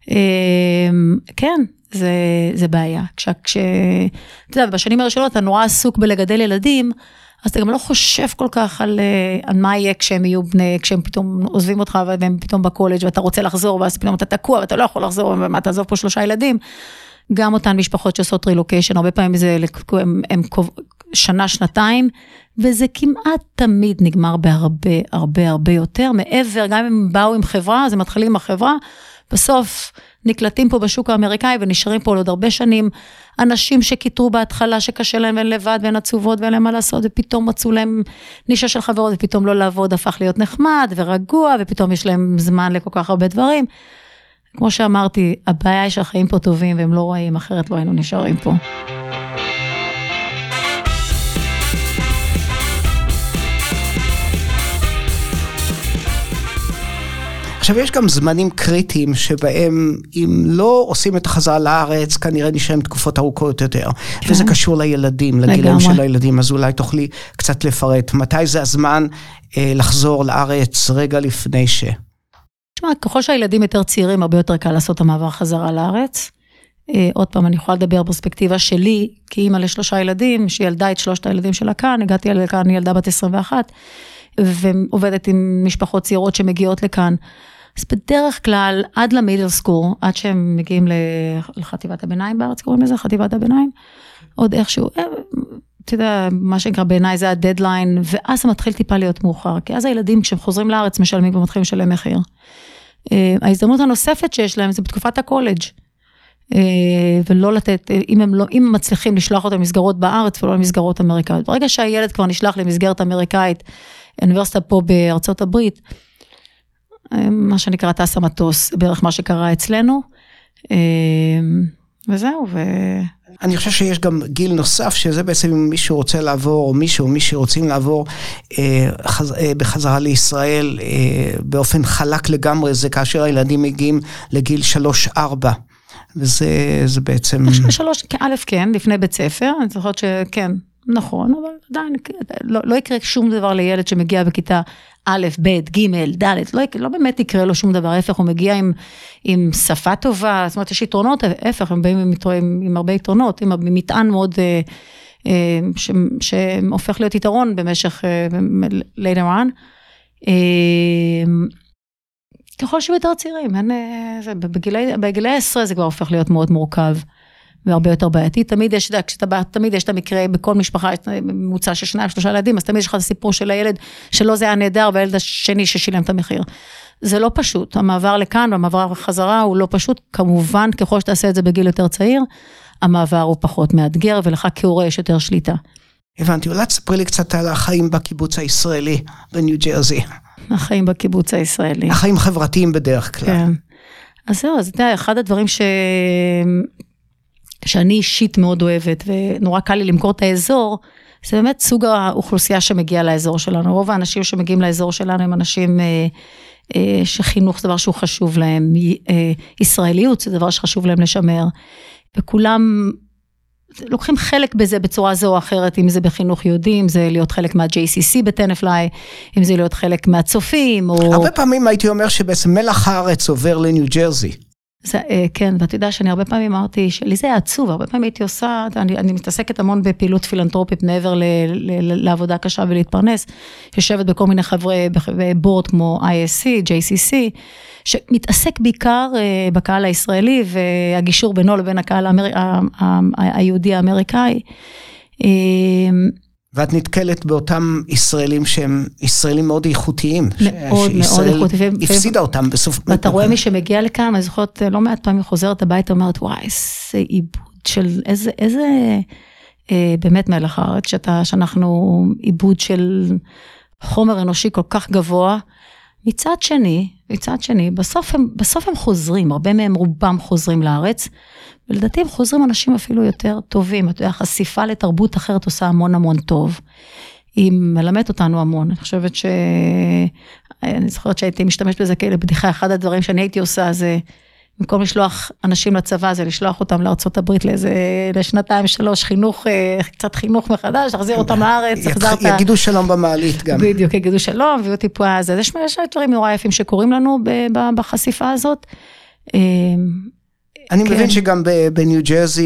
כן, זה, זה בעיה. כש, כש, אתה יודע, בשנים הראשונות, אתה נורא עסוק בלגדל ילדים, אז אתה גם לא חושב כל כך על, על מה יהיה כשהם יהיו בני, כשהם פתאום עוזבים אותך, והם פתאום בקולג' ואתה רוצה לחזור, ואז פתאום אתה תקוע, ואתה לא יכול לחזור, ומה תעזוב פה שלושה ילדים. גם אותן משפחות שעושות רילוקיישן, הרבה פעמים זה, הם, הם שנה, שנתיים, וזה כמעט תמיד נגמר בהרבה, הרבה, הרבה יותר, מעבר, גם אם הם באו עם חברה, אז הם מתחילים עם החברה, בסוף נקלטים פה בשוק האמריקאי, ונשארים פה עוד הרבה שנים, אנשים שכיתרו בהתחלה, שקשה להם ואין לבד, ואין עצובות, ואין להם מה לעשות, ופתאום מצאו להם נישה של חברות, ופתאום לא לעבוד, הפך להיות נחמד ורגוע, ופתאום יש להם זמן לכל כך הרבה דברים. כמו שאמרתי, הבעיה היא שהחיים פה טובים, והם לא רואים, אחרת לא היינו נשארים פה. עכשיו יש גם זמנים קריטיים שבהם אם לא עושים את החזרה לארץ, כנראה נשארים תקופות ארוכות יותר. כן. וזה קשור לילדים, לגילאים של הילדים, אז אולי תוכלי קצת לפרט. מתי זה הזמן אה, לחזור לארץ רגע לפני ש... תשמע, ככל שהילדים יותר צעירים, הרבה יותר קל לעשות המעבר חזרה לארץ. אה, עוד פעם, אני יכולה לדבר פרספקטיבה שלי, כאימא לשלושה ילדים, שילדה את שלושת הילדים שלה כאן, הגעתי לכאן, ילדה בת עשרים ואחת, ועובדת עם משפחות צעירות שמגיעות לכאן. אז בדרך כלל, עד למידל סקול, עד שהם מגיעים לחטיבת הביניים בארץ, קוראים לזה, חטיבת הביניים, עוד איכשהו, אתה יודע, מה שנקרא בעיניי זה הדדליין, ואז זה מתחיל טיפה להיות מאוחר, כי אז הילדים כשהם חוזרים לארץ משלמים ומתחילים לשלם מחיר. ההזדמנות הנוספת שיש להם זה בתקופת הקולג', ולא לתת, אם הם, לא, אם הם מצליחים לשלוח אותם למסגרות בארץ ולא למסגרות אמריקאיות. ברגע שהילד כבר נשלח למסגרת אמריקאית, אוניברסיטה פה בארצות הברית, מה שנקרא טס המטוס, בערך מה שקרה אצלנו, וזהו. ו... אני חושב שיש גם גיל נוסף, שזה בעצם אם מישהו רוצה לעבור, או מישהו, או מישהו רוצים לעבור בחזרה לישראל, באופן חלק לגמרי, זה כאשר הילדים מגיעים לגיל שלוש ארבע, וזה זה בעצם... שלוש, א' כן, לפני בית ספר, אני זוכרת שכן, נכון, אבל עדיין לא, לא יקרה שום דבר לילד שמגיע בכיתה א', ב', ג', ד', לא, לא באמת יקרה לו שום דבר, ההפך, הוא מגיע עם, עם שפה טובה, זאת אומרת, יש יתרונות, ההפך, הם באים עם, עם, עם הרבה יתרונות, עם מטען מאוד, אה, אה, ש, שהופך להיות יתרון במשך, אה, later on. אה, ככל שהוא יותר צעירים, אין, זה, בגילי, בגילי עשרה זה כבר הופך להיות מאוד מורכב, והרבה יותר בעייתי. תמיד יש, כשאתה, תמיד יש את המקרה, בכל משפחה, ממוצע של שניים, שלושה ילדים, אז תמיד יש לך את הסיפור של הילד, שלא זה היה נהדר, והילד השני ששילם את המחיר. זה לא פשוט. המעבר לכאן, והמעבר חזרה, הוא לא פשוט. כמובן, ככל שתעשה את זה בגיל יותר צעיר, המעבר הוא פחות מאתגר, ולך כהורה יש יותר שליטה. הבנתי, אולי תספרי לי קצת על החיים בקיבוץ הישראלי, בניו ג'רזי. החיים בקיבוץ הישראלי. החיים חברתיים בדרך כלל. כן. אז זהו, אז אתה יודע, אחד הדברים ש... שאני אישית מאוד אוהבת, ונורא קל לי למכור את האזור, זה באמת סוג האוכלוסייה שמגיע לאזור שלנו. רוב האנשים שמגיעים לאזור שלנו הם אנשים אה, אה, שחינוך זה דבר שהוא חשוב להם, אה, ישראליות זה דבר שחשוב להם לשמר, וכולם לוקחים חלק בזה בצורה זו או אחרת, אם זה בחינוך יהודי, אם זה להיות חלק מה-ג'יי סי סי בטנפליי, אם זה להיות חלק מהצופים, או... הרבה פעמים הייתי אומר שבעצם מלח הארץ עובר לניו ג'רזי. זה, כן, ואתה יודע שאני הרבה פעמים אמרתי, שלי זה עצוב, הרבה פעמים הייתי עושה, אני, אני מתעסקת המון בפעילות פילנטרופית, מעבר ל, ל, לעבודה קשה ולהתפרנס, יושבת בכל מיני חברי בורד, כמו איי אס סי, ג'יי סי סי, שמתעסק בעיקר בקהל הישראלי, והגישור בינו לבין הקהל האמר... היהודי האמריקאי. ואת נתקלת באותם ישראלים שהם ישראלים מאוד איכותיים. מאוד מאוד איכותיים. הפסידה אותם בסוף. ואתה רואה מי שמגיע לכאן, אני זוכרת לא מעט פעמים חוזרת הביתה, אומרת, וואי, איזה עיבוד של, איזה, איזה, אה, באמת מלח הארץ, שאתה, שאנחנו עיבוד של חומר אנושי כל כך גבוה. מצד שני, מצד שני, בסוף הם, בסוף הם חוזרים, הרבה מהם רובם חוזרים לארץ, ולדעתי הם חוזרים אנשים אפילו יותר טובים, אתה יודע, חשיפה לתרבות אחרת עושה המון המון טוב, היא מלמדת אותנו המון, אני חושבת ש... אני זוכרת שהייתי משתמשת בזה כאלה בדיחה, אחד הדברים שאני הייתי עושה זה, במקום לשלוח אנשים לצבא, זה לשלוח אותם לארצות הברית לאיזה, לשנתיים שלוש, חינוך, קצת חינוך מחדש, תחזיר אותם לארץ, החזרת... יגידו שלום במעלית גם. בדיוק, יגידו שלום, ויהיו טיפה, אז יש דברים נורא יפים שקורים לנו בחשיפה הזאת. אני מבין שגם בניו ג'רזי,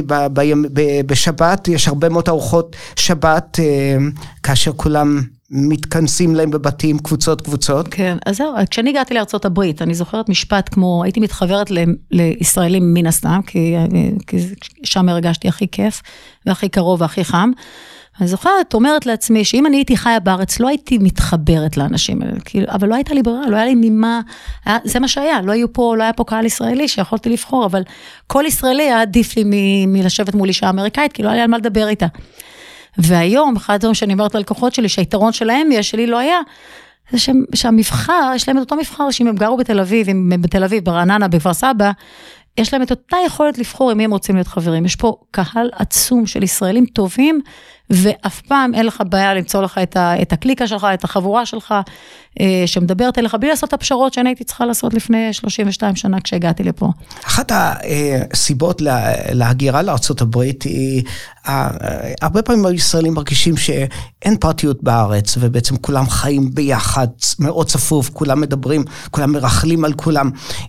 בשבת, יש הרבה מאוד ארוחות שבת, כאשר כולם מתכנסים להם בבתים, קבוצות, קבוצות. כן, אז זהו, כשאני הגעתי לארצות הברית, אני זוכרת משפט כמו, הייתי מתחברת לישראלים מן הסתם, כי, כי שם הרגשתי הכי כיף, והכי קרוב והכי חם. אני זוכרת, אומרת לעצמי, שאם אני הייתי חיה בארץ, לא הייתי מתחברת לאנשים האלה, אבל לא הייתה לי ברירה, לא היה לי ממה, זה מה שהיה, לא היו פה, לא היה פה קהל ישראלי שיכולתי לבחור, אבל כל ישראלי היה עדיף לי מ, מלשבת מול אישה אמריקאית, כי לא היה לי על מה לדבר איתה. והיום, אחד הדברים שאני אומרת ללקוחות שלי, שהיתרון שלהם יש, שלי לא היה, זה שהמבחר, יש להם את אותו מבחר, שאם הם גרו בתל אביב, אם הם בתל אביב, ברעננה, בכפר סבא, יש להם את אותה יכולת לבחור עם מי הם רוצים להיות חברים. יש פה קהל עצום של ישראלים טובים, ואף פעם אין לך בעיה למצוא לך את, ה, את הקליקה שלך, את החבורה שלך, אה, שמדברת אליך, בלי לעשות את הפשרות שאני הייתי צריכה לעשות לפני שלושים ושתיים שנה כשהגעתי לפה. אחת הסיבות להגירה לארצות הברית היא, הרבה פעמים הישראלים מרגישים שאין פרטיות בארץ, ובעצם כולם חיים ביחד, מאוד צפוף, כולם מדברים, כולם מרחלים על כולם.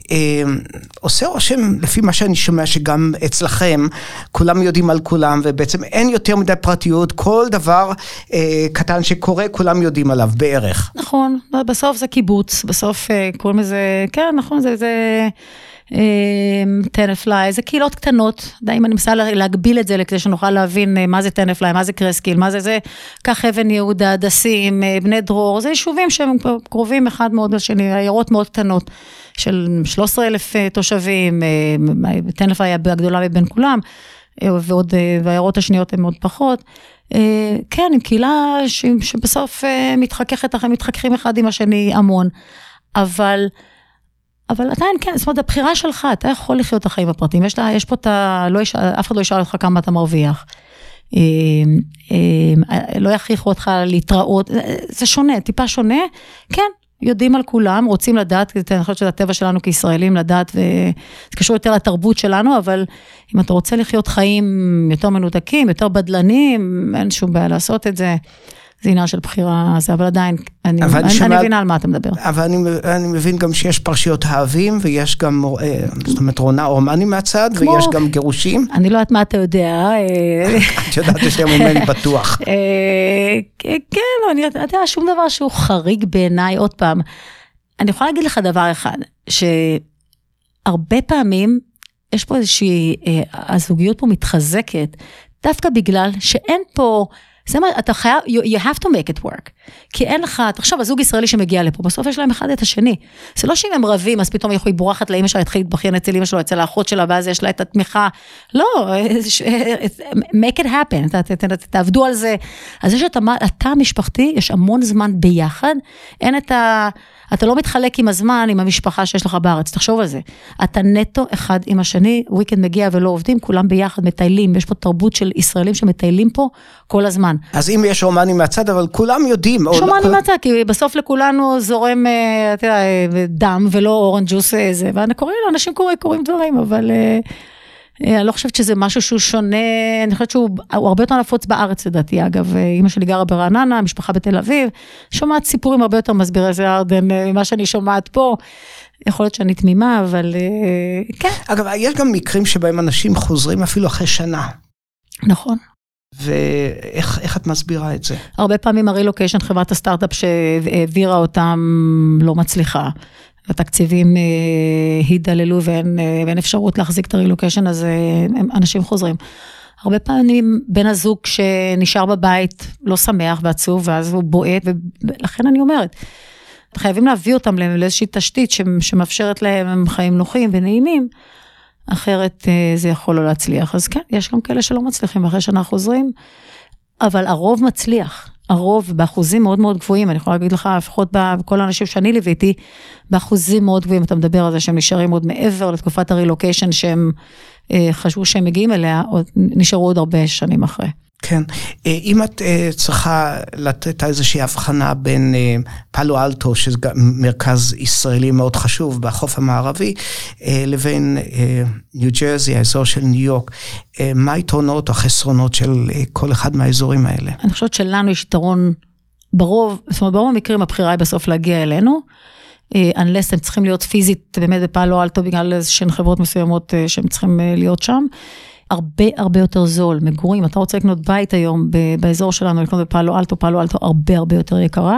עושה רושם, לפי מה שאני שומע, שגם אצלכם, כולם יודעים על כולם, ובעצם אין יותר מדי פרטיות, כל דבר קטן שקורה, כולם יודעים עליו בערך. נכון, בסוף זה קיבוץ, בסוף קוראים לזה, כן, נכון, זה... זה... טנפליי, זה קהילות קטנות, די אם אני מנסה להגביל את זה, כדי שנוכל להבין מה זה טנפליי, מה זה קרסקיל, מה זה זה, כך אבן יהודה, הדסים, בני דרור, זה יישובים שהם קרובים אחד מאוד לשני, עיירות מאוד קטנות, של שלושה עשר אלף תושבים, טנפליי היה הגדולה מבין כולם, ועוד, והעיירות השניות הן מאוד פחות, כן, עם קהילה שבסוף מתחככת, מתחככים אחד עם השני המון, אבל אבל עדיין כן, זאת אומרת, הבחירה שלך, אתה יכול לחיות את החיים הפרטיים, יש, לה, יש פה את ה... לא יש, אף אחד לא ישאל אותך כמה אתה מרוויח, לא יכריחו אותך להתראות, זה שונה, טיפה שונה, כן, יודעים על כולם, רוצים לדעת, אני חושבת שזה הטבע שלנו כישראלים לדעת, וזה קשור יותר לתרבות שלנו, אבל אם אתה רוצה לחיות חיים יותר מנותקים, יותר בדלנים, אין שום בעיה לעשות את זה, זה עניין של בחירה, אבל עדיין, אני, אני, אני, אני מבינה על מה אתה מדבר. אבל אני, אני מבין גם שיש פרשיות אהבים, ויש גם, זאת אומרת, רונה רומני מהצד, כמו, ויש גם גירושים. אני לא יודעת מה אתה יודע. את יודעת שהם אומרים בטוח. כן, אני יודע שום דבר שהוא חריג בעיניי, עוד פעם. אני יכולה להגיד לך דבר אחד, שהרבה פעמים, יש פה איזושהי, הזוגיות פה מתחזקת, דווקא בגלל שאין פה, זה מה, אתה חייב, you, you have to make it work, כי אין לך, תחשוב, הזוג ישראלי שמגיע לפה, בסוף יש להם אחד את השני, זה לא שאם הם רבים, אז פתאום יכולים בורחת לאמא שלה, התחיל להתבכיין אצל אמא שלו, אצל האחות שלה, ואז יש לה את התמיכה, לא, make it happen, תעבדו על זה, אז יש את התא המשפחתי, יש המון זמן ביחד, אין את ה... אתה לא מתחלק עם הזמן, עם המשפחה שיש לך בארץ, תחשוב על זה. אתה נטו אחד עם השני, וויקנד מגיע ולא עובדים, כולם ביחד מטיילים, יש פה תרבות של ישראלים שמטיילים פה כל הזמן. אז אם יש רומנים מהצד, אבל כולם יודעים. יש רומנים מהצד, כי בסוף לכולנו זורם אתה יודע, דם ולא אורנג' ג'וס, ואני קוראים, אנשים קוראים, קוראים דברים, אבל... אני לא חושבת שזה משהו שהוא שונה, אני חושבת שהוא הרבה יותר נפוץ בארץ לדעתי, אגב, אמא שלי גרה ברעננה, משפחה בתל אביב, שומעת סיפורים הרבה יותר מסבירי זה ארדן, ממה שאני שומעת פה, יכול להיות שאני תמימה, אבל כן. אגב, יש גם מקרים שבהם אנשים חוזרים אפילו אחרי שנה. נכון. ואיך איך את מסבירה את זה? הרבה פעמים הרילוקיישן, חברת הסטארט-אפ שהעבירה אותם לא מצליחה. התקציבים הידללו ואין, ואין אפשרות להחזיק את הרילוקיישן, אז אנשים חוזרים. הרבה פעמים בן הזוג שנשאר בבית לא שמח ועצוב, ואז הוא בועט, ולכן אני אומרת, חייבים להביא אותם לאיזושהי תשתית שמאפשרת להם חיים נוחים ונעימים, אחרת זה יכול לא להצליח. אז כן, יש גם כאלה שלא מצליחים אחרי שנה חוזרים, אבל הרוב מצליח. הרוב באחוזים מאוד מאוד גבוהים, אני יכולה להגיד לך, לפחות בכל האנשים שאני ליוויתי, באחוזים מאוד גבוהים, אתה מדבר על זה שהם נשארים עוד מעבר לתקופת הרילוקיישן, שהם אה, חשבו שהם מגיעים אליה, עוד, נשארו עוד הרבה שנים אחרי. כן, אם את צריכה לתת איזושהי הבחנה בין פאלו אלטו, שזה מרכז ישראלי מאוד חשוב בחוף המערבי, לבין ניו ג'רזי, האזור של ניו יורק, מה היתרונות או החסרונות של כל אחד מהאזורים האלה? אני חושבת שלנו יש יתרון ברוב, זאת אומרת ברוב המקרים הבחירה היא בסוף להגיע אלינו, unless הם צריכים להיות פיזית באמת בפאלו אלטו, בגלל איזושהי חברות מסוימות שהם צריכים להיות שם, הרבה הרבה יותר זול, מגורים, אתה רוצה לקנות בית היום באזור שלנו, לקנות בפאלו אלטו, פאלו אלטו הרבה הרבה יותר יקרה,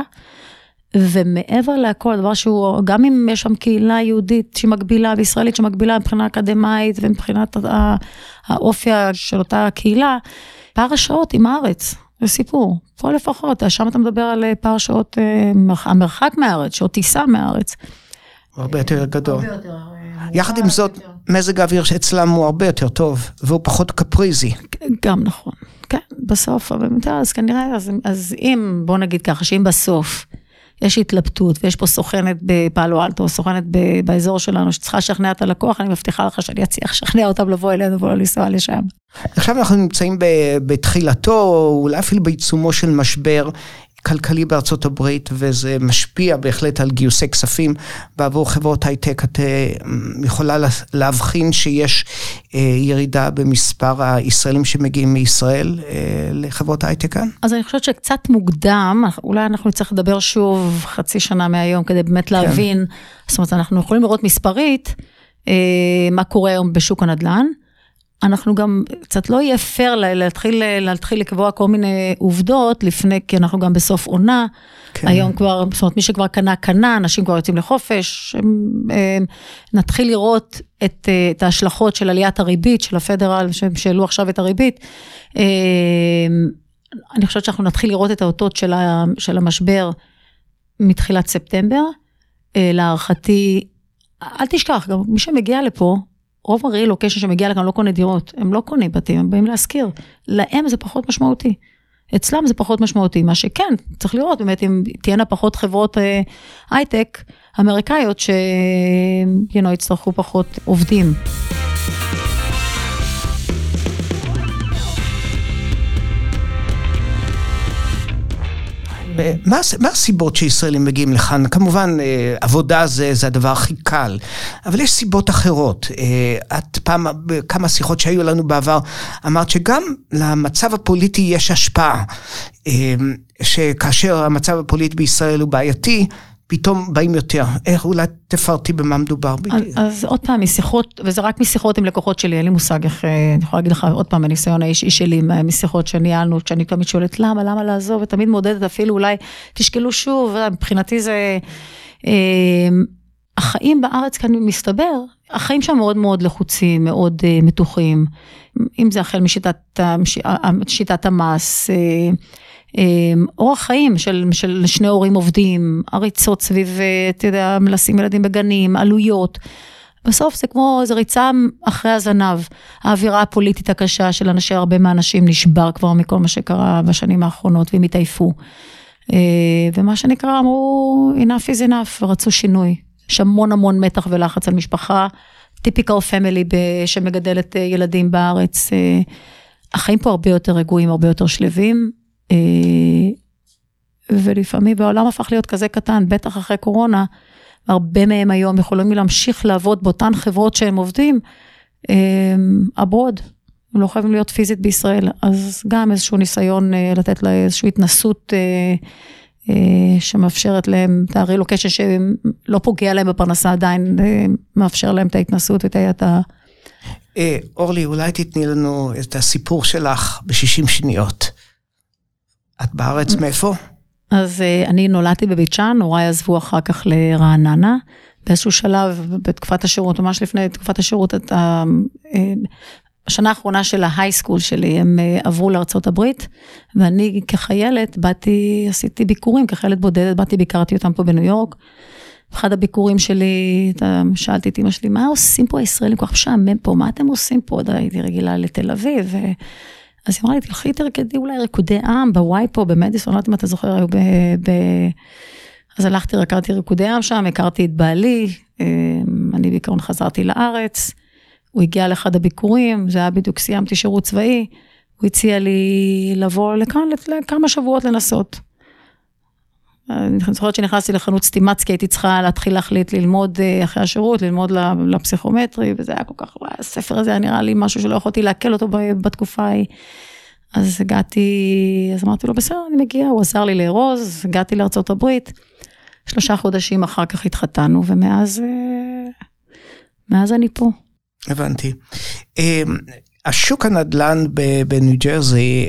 ומעבר להכל, הדבר שהוא, גם אם יש שם קהילה יהודית שמקבילה, וישראלית שמקבילה מבחינה אקדמית, ומבחינת האופי של אותה קהילה, פער השעות עם הארץ, זה סיפור, פה לפחות, שם אתה מדבר על פער שעות, המרחק מהארץ, שעות טיסה מהארץ. הרבה יותר גדול. הרבה יותר. יחד עם זאת, מזג האוויר שאצלם הוא הרבה יותר טוב, והוא פחות קפריזי. גם נכון. כן, בסוף, אז כנראה, אז, אז אם, בוא נגיד ככה, שאם בסוף יש התלבטות, ויש פה סוכנת בפאלו אלטו, סוכנת באזור שלנו, שצריכה לשכנע את הלקוח, אני מבטיחה לך שאני אצליח לשכנע אותם לבוא אלינו ולא לנסוע לשם. עכשיו אנחנו נמצאים בתחילתו, אולי אפילו בעיצומו של משבר, כלכלי בארצות הברית, וזה משפיע בהחלט על גיוסי כספים בעבור חברות הייטק. את יכולה להבחין שיש ירידה במספר הישראלים שמגיעים מישראל לחברות הייטק כאן? אז אני חושבת שקצת מוקדם, אולי אנחנו נצטרך לדבר שוב חצי שנה מהיום, כדי באמת להבין, זאת אומרת, אנחנו יכולים לראות מספרית, מה קורה היום בשוק הנדל"ן, אנחנו גם, קצת לא יהיה פייר להתחיל, להתחיל לקבוע כל מיני עובדות, לפני, כי אנחנו גם בסוף עונה, כן. היום כבר, זאת אומרת, מי שכבר קנה, קנה, אנשים כבר יוצאים לחופש, נתחיל לראות את, את ההשלכות של עליית הריבית, של הפדרל, שאלו עכשיו את הריבית, אני חושבת שאנחנו נתחיל לראות את האותות של, ה, של המשבר, מתחילת ספטמבר, להערכתי, אל תשכח, גם מי שמגיע לפה, רוב הרילוקיישן שמגיע לכאן לא קונה דירות, הם לא קונים בתים, הם באים להזכיר. להם זה פחות משמעותי. אצלם זה פחות משמעותי. מה שכן, צריך לראות באמת אם תהיינה פחות חברות אה, הייטק אמריקאיות ש... you know, יצטרכו פחות עובדים. מה, מה הסיבות שישראלים מגיעים לכאן? כמובן, עבודה זה, זה הדבר הכי קל, אבל יש סיבות אחרות. את פעם, כמה שיחות שהיו לנו בעבר, אמרת שגם למצב הפוליטי יש השפעה, שכאשר המצב הפוליטי בישראל הוא בעייתי, פתאום באים יותר. איך אולי תפרטי במה מדובר? אז, אז עוד פעם, משיחות, וזה רק משיחות עם לקוחות שלי, אין לי מושג איך, אני יכולה להגיד לך עוד פעם, הניסיון האישי שלי, משיחות שניהלנו, שאני תמיד שואלת, למה, למה לעזוב, ותמיד מודדת אפילו, אולי תשקלו שוב, מבחינתי זה, החיים בארץ כאן מסתבר, החיים שם מאוד מאוד לחוצים, מאוד uh, מתוחים, אם זה החל משיטת שיטת המס, uh, uh, אורח חיים של, של שני הורים עובדים, הריצות סביב, אתה יודע, לשים ילדים בגנים, עלויות, בסוף זה כמו, זה ריצה אחרי הזנב, האווירה הפוליטית הקשה של אנשי, הרבה מהאנשים נשבר כבר מכל מה שקרה בשנים האחרונות, והם התעייפו, uh, ומה שנקרא אמרו, enough is enough, ורצו שינוי, יש המון המון מתח ולחץ על משפחה, טיפיקל פמילי שמגדלת ילדים בארץ, החיים פה הרבה יותר רגועים, הרבה יותר שלבים, ולפעמים בעולם הפך להיות כזה קטן, בטח אחרי קורונה, הרבה מהם היום יכולים להמשיך לעבוד באותן חברות שהם עובדים, אברוד, הם לא חייבים להיות פיזית בישראל, אז גם איזשהו ניסיון לתת לה איזושהי התנסות, שמאפשרת להם את הרילוקיישן שלא פוגע להם בפרנסה עדיין, מאפשר להם את ההתנסות ואת ה... אורלי, אולי תתני לנו את הסיפור שלך ב-שישים שניות. את בארץ מאיפה? אז אני נולדתי בבית שאן, הוריי עזבו אחר כך לרעננה, באיזשהו שלב, בתקופת השירות, ממש לפני תקופת השירות, את ה... השנה האחרונה של ההייסקול שלי, הם עברו לארצות הברית, ואני כחיילת באתי, עשיתי ביקורים, כחיילת בודדת, באתי, ביקרתי אותם פה בניו יורק, אחד הביקורים שלי, שאלתי את אמא שלי, מה עושים פה הישראלים, כל כך משעמם פה, מה אתם עושים פה, הייתי רגילה לתל אביב, ו... אז היא אמרה לי, תלכי תרקדי אולי ריקודי עם, בוואי פה, במדיסון, לא יודעת אם אתה זוכר, היו ב... ב... אז הלכתי, רקדתי ריקודי עם שם, הכרתי את בעלי, אני בעיקרון חזרתי לארץ, הוא הגיע לאחד הביקורים, זה היה בדיוק, סיימתי שירות צבאי, הוא הציע לי לבוא לכאן לכמה שבועות לנסות. אני זוכרת שנכנסתי לחנות סטימצקי, הייתי צריכה להתחיל להחליט ללמוד אחרי השירות, ללמוד לפסיכומטרי, וזה היה כל כך, הספר הזה היה נראה לי משהו שלא יכולתי להקל אותו בתקופה ההיא. אז הגעתי, אז אמרתי לו, בסדר, אני מגיע, הוא עזר לי לארוז, הגעתי לארצות הברית, שלושה חודשים אחר כך התחתנו, ומאז, מאז אני פה. הבנתי. השוק הנדל"ן בניו ג'רזי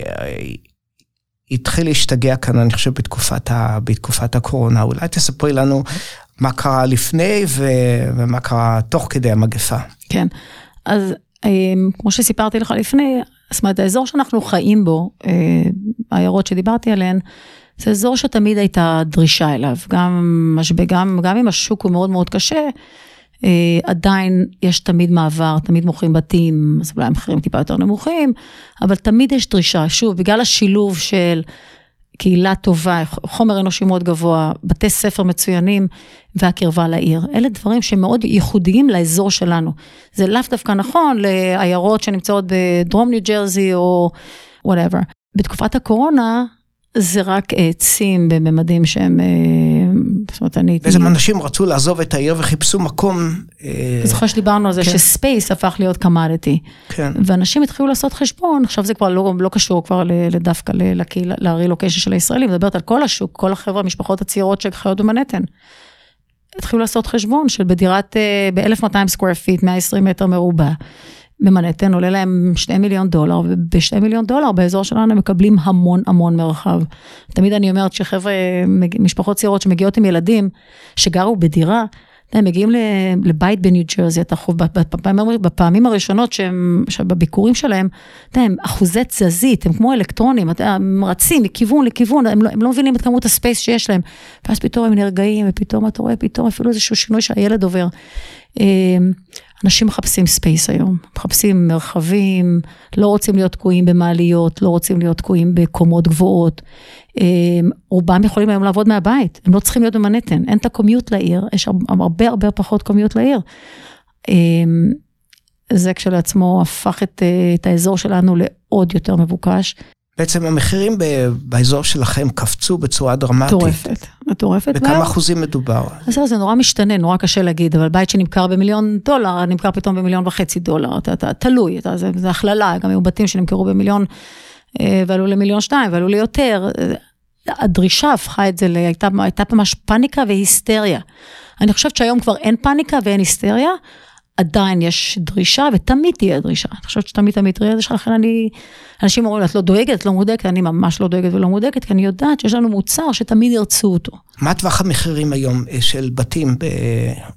התחיל להשתגע כאן, אני חושב, בתקופת, ה, בתקופת הקורונה. אולי תספרי לנו מה קרה לפני ומה קרה תוך כדי המגפה. כן, אז כמו שסיפרתי לך לפני, זאת אומרת, האזור שאנחנו חיים בו, העיירות שדיברתי עליהן, זה אזור שתמיד הייתה דרישה אליו, גם, גם, גם אם השוק הוא מאוד מאוד קשה, עדיין יש תמיד מעבר, תמיד מוכרים בתים, אז אולי המחירים טיפה יותר נמוכים, אבל תמיד יש דרישה, שוב, בגלל השילוב של קהילה טובה, חומר אנושי מאוד גבוה, בתי ספר מצוינים, והקרבה לעיר. אלה דברים שמאוד ייחודיים לאזור שלנו. זה לאו דווקא נכון לעיירות שנמצאות בדרום ניו ג'רזי או whatever. בתקופת הקורונה, זה רק העצים בממדים שהם, זאת אומרת, אני... איזה אנשים רצו לעזוב את העיר וחיפשו מקום... זוכר שדיברנו על זה, שספייס הפך להיות קמאדיטי. כן. ואנשים התחילו לעשות חשבון, עכשיו זה כבר לא, לא קשור כבר לדווקא לרילוקיישן של הישראלים, מדברת על כל השוק, כל החבר'ה, המשפחות הצעירות שחיות במנהטן. התחילו לעשות חשבון של בדירת, ב-אלף ומאתיים סקוואר פיט, מאה ועשרים מטר מרובע, במנהטן עולה להם שני מיליון דולר, ובשני מיליון דולר באזור שלנו הם מקבלים המון המון מרחב. תמיד אני אומרת שחבר'ה, משפחות צעירות שמגיעות עם ילדים, שגרו בדירה, הם מגיעים לבית בניו ג'רזי, בפעמים הראשונות שבביקורים שלהם, הם אחוזי תזזית, הם כמו אלקטרונים, הם רצים מכיוון לכיוון, הם לא, הם לא מבינים את כמות הספייס שיש להם, ואז פתאום הם נרגעים, ופתאום אתה רואה, פתאום אפילו איזשהו שינוי שהילד עובר. אנשים מחפשים ספייס היום, מחפשים מרחבים, לא רוצים להיות תקועים במעליות, לא רוצים להיות תקועים בקומות גבוהות, רובם יכולים היום לעבוד מהבית, הם לא צריכים להיות במנהטן, אין את הקומיוט לעיר, יש הרבה הרבה פחות קומיוט לעיר. זה כשלעצמו הפך את, את האזור שלנו לעוד יותר מבוקש. בעצם המחירים באזור שלכם קפצו בצורה דרמטית. מטורפת, מטורפת. בכמה אחוזים מדובר? אז זה נורא משתנה, נורא קשה להגיד, אבל בית שנמכר במיליון דולר, נמכר פתאום במיליון וחצי דולר, אתה, אתה, תלוי, אתה, זה, זה הכללה, גם היו בתים שנמכרו במיליון, ועלו למיליון שתיים, ועלו ליותר. הדרישה הפכה את זה, הייתה, הייתה ממש פאניקה והיסטריה. אני חושבת שהיום כבר אין פאניקה ואין היסטריה, עדיין יש דרישה, ותמיד תהיה דרישה. אני חושבת שתמיד תמיד תהיה דרישה, לכן אני, אנשים אומרים, את לא דואגת, את לא מודקת, אני ממש לא דואגת ולא מודקת, כי אני יודעת שיש לנו מוצר שתמיד ירצו אותו. מה טווח המחירים היום של בתים ב...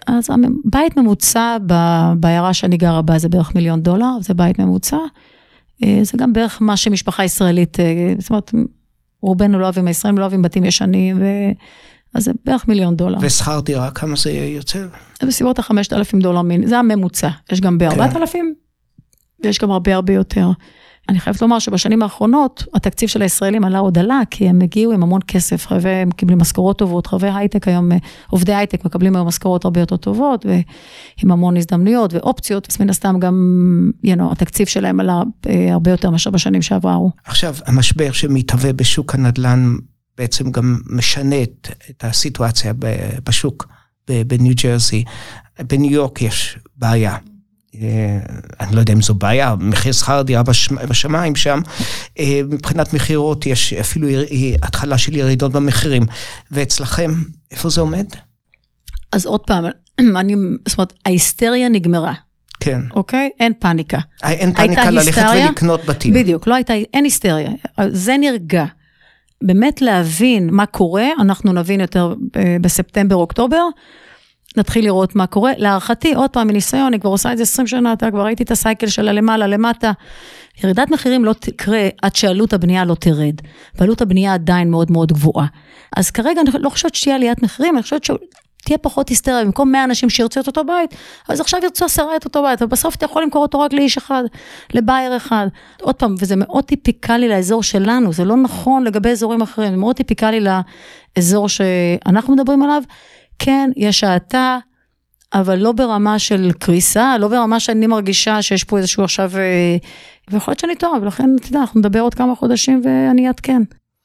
אז בית ממוצע בעיירה שאני גרה בה, זה בערך מיליון דולר, זה בית ממוצע, זה גם בערך מה שמשפחה ישראלית, זאת אומרת, רובנו לא אוהבים, הישראלים לא אוהבים בתים ישנים, אז זה בערך מיליון דולר. ושכר דירה, כמה זה יוצא? זה בסביבות ה-חמשת אלפים דולר, זה הממוצע, יש גם ב-ארבעת אלפים, ויש גם הרבה הרבה יותר. אני חייבת לומר שבשנים האחרונות, התקציב של הישראלים עלה עוד עלה, כי הם הגיעו עם המון כסף, הם מקבלים משכורות טובות, חווי הייטק היום, עובדי הייטק מקבלים היום משכורות הרבה יותר טובות, ועם המון הזדמנויות ואופציות, מן הסתם גם, you know, התקציב שלהם עלה הרבה יותר מאשר בשנים שעברו. עכשיו, המשבר שמתהווה בשוק הנדל"ן, בעצם גם משנה את, את הסיטואציה בשוק, בניו ג'רזי. בניו יורק יש בעיה. אני לא יודע אם זו בעיה, מחיר שכר דירה בשמיים שם, מבחינת מחירות יש אפילו התחלה של ירידות במחירים, ואצלכם, איפה זה עומד? אז עוד פעם, אני, זאת אומרת, ההיסטריה נגמרה. כן. אוקיי? אין פאניקה. אין פאניקה ללכת ולקנות בתים. בדיוק, לא הייתה, אין היסטריה. זה נרגע. באמת להבין מה קורה, אנחנו נבין יותר בספטמבר, אוקטובר, נתחיל לראות מה קורה. להערכתי, עוד פעם מניסיון, אני כבר עושה את זה עשרים שנה, אתה כבר ראיתי את הסייקל שלה למעלה, למטה. ירידת מחירים לא תקרה עד שעלות הבנייה לא תרד, ועלות הבנייה עדיין מאוד מאוד גבוהה. אז כרגע אני לא חושבת שתהיה עליית מחירים, אני חושבת שתהיה פחות היסטריה, במקום מאה אנשים שירצו את אותו בית, אז עכשיו ירצו עשרה את אותו בית, ובסוף אתה יכול למכור אותו רק לאיש אחד, לבייר אחד. עוד פעם, וזה מאוד טיפיקלי לאזור שלנו, זה לא נכון לגבי אזורים אחרים, זה מאוד טיפיקלי לאזור שאנחנו מדברים עליו, כן, יש שעתה, אבל לא ברמה של קריסה, לא ברמה שאני מרגישה שיש פה איזשהו עכשיו, ויכול להיות שאני טועה, ולכן, אתה יודע, אנחנו נדבר עוד כמה חודשים ואני אעדכן.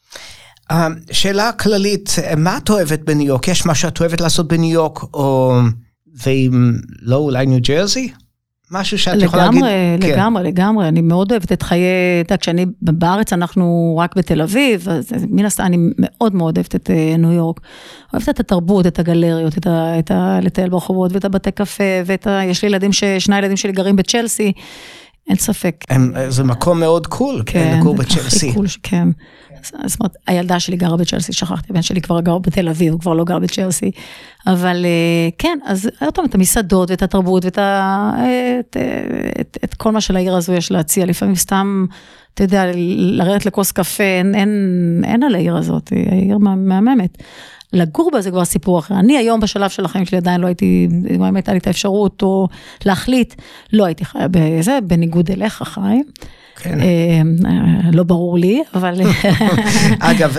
שאלה כללית, מה את אוהבת בניו יורק? יש מה שאת אוהבת לעשות בניו יורק, או, ואם לא, אולי ניו ג'רזי? משהו שאת יכולה להגיד? לגמרי, לגמרי, לגמרי, אני מאוד אוהבת את חיי, כשאני בארץ אנחנו רק בתל אביב, אז מן הסתם אני מאוד מאוד אוהבת את ניו יורק, אוהבת את התרבות, את הגלריות, את לטייל ברחובות, ואת הבתי קפה, יש לי ילדים, שני ילדים שלי גרים בצ'לסי, אין ספק. זה מקום מאוד קול, לגור בצ'לסי. הכי קול, כן. זאת אומרת, הילדה שלי גרה בצ'לסי, שכחתי, הבן שלי כבר גר בתל אביב, הוא כבר לא גר בצ'לסי, אבל כן, אז עוד פעם, את המסעדות ואת התרבות, ואת ה, את, את, את כל מה של העיר הזו יש להציע, לפעמים סתם, אתה יודע, לרדת לכוס קפה, אין, אין, אין על העיר הזאת, היא העיר מהממת. לגור בה זה כבר סיפור אחר. אני היום בשלב של החיים שלי עדיין לא הייתי, אם הייתה לי את האפשרות או להחליט, לא הייתי חיה בזה, בניגוד אליך חיים. כן. לא ברור לי, אבל... אגב,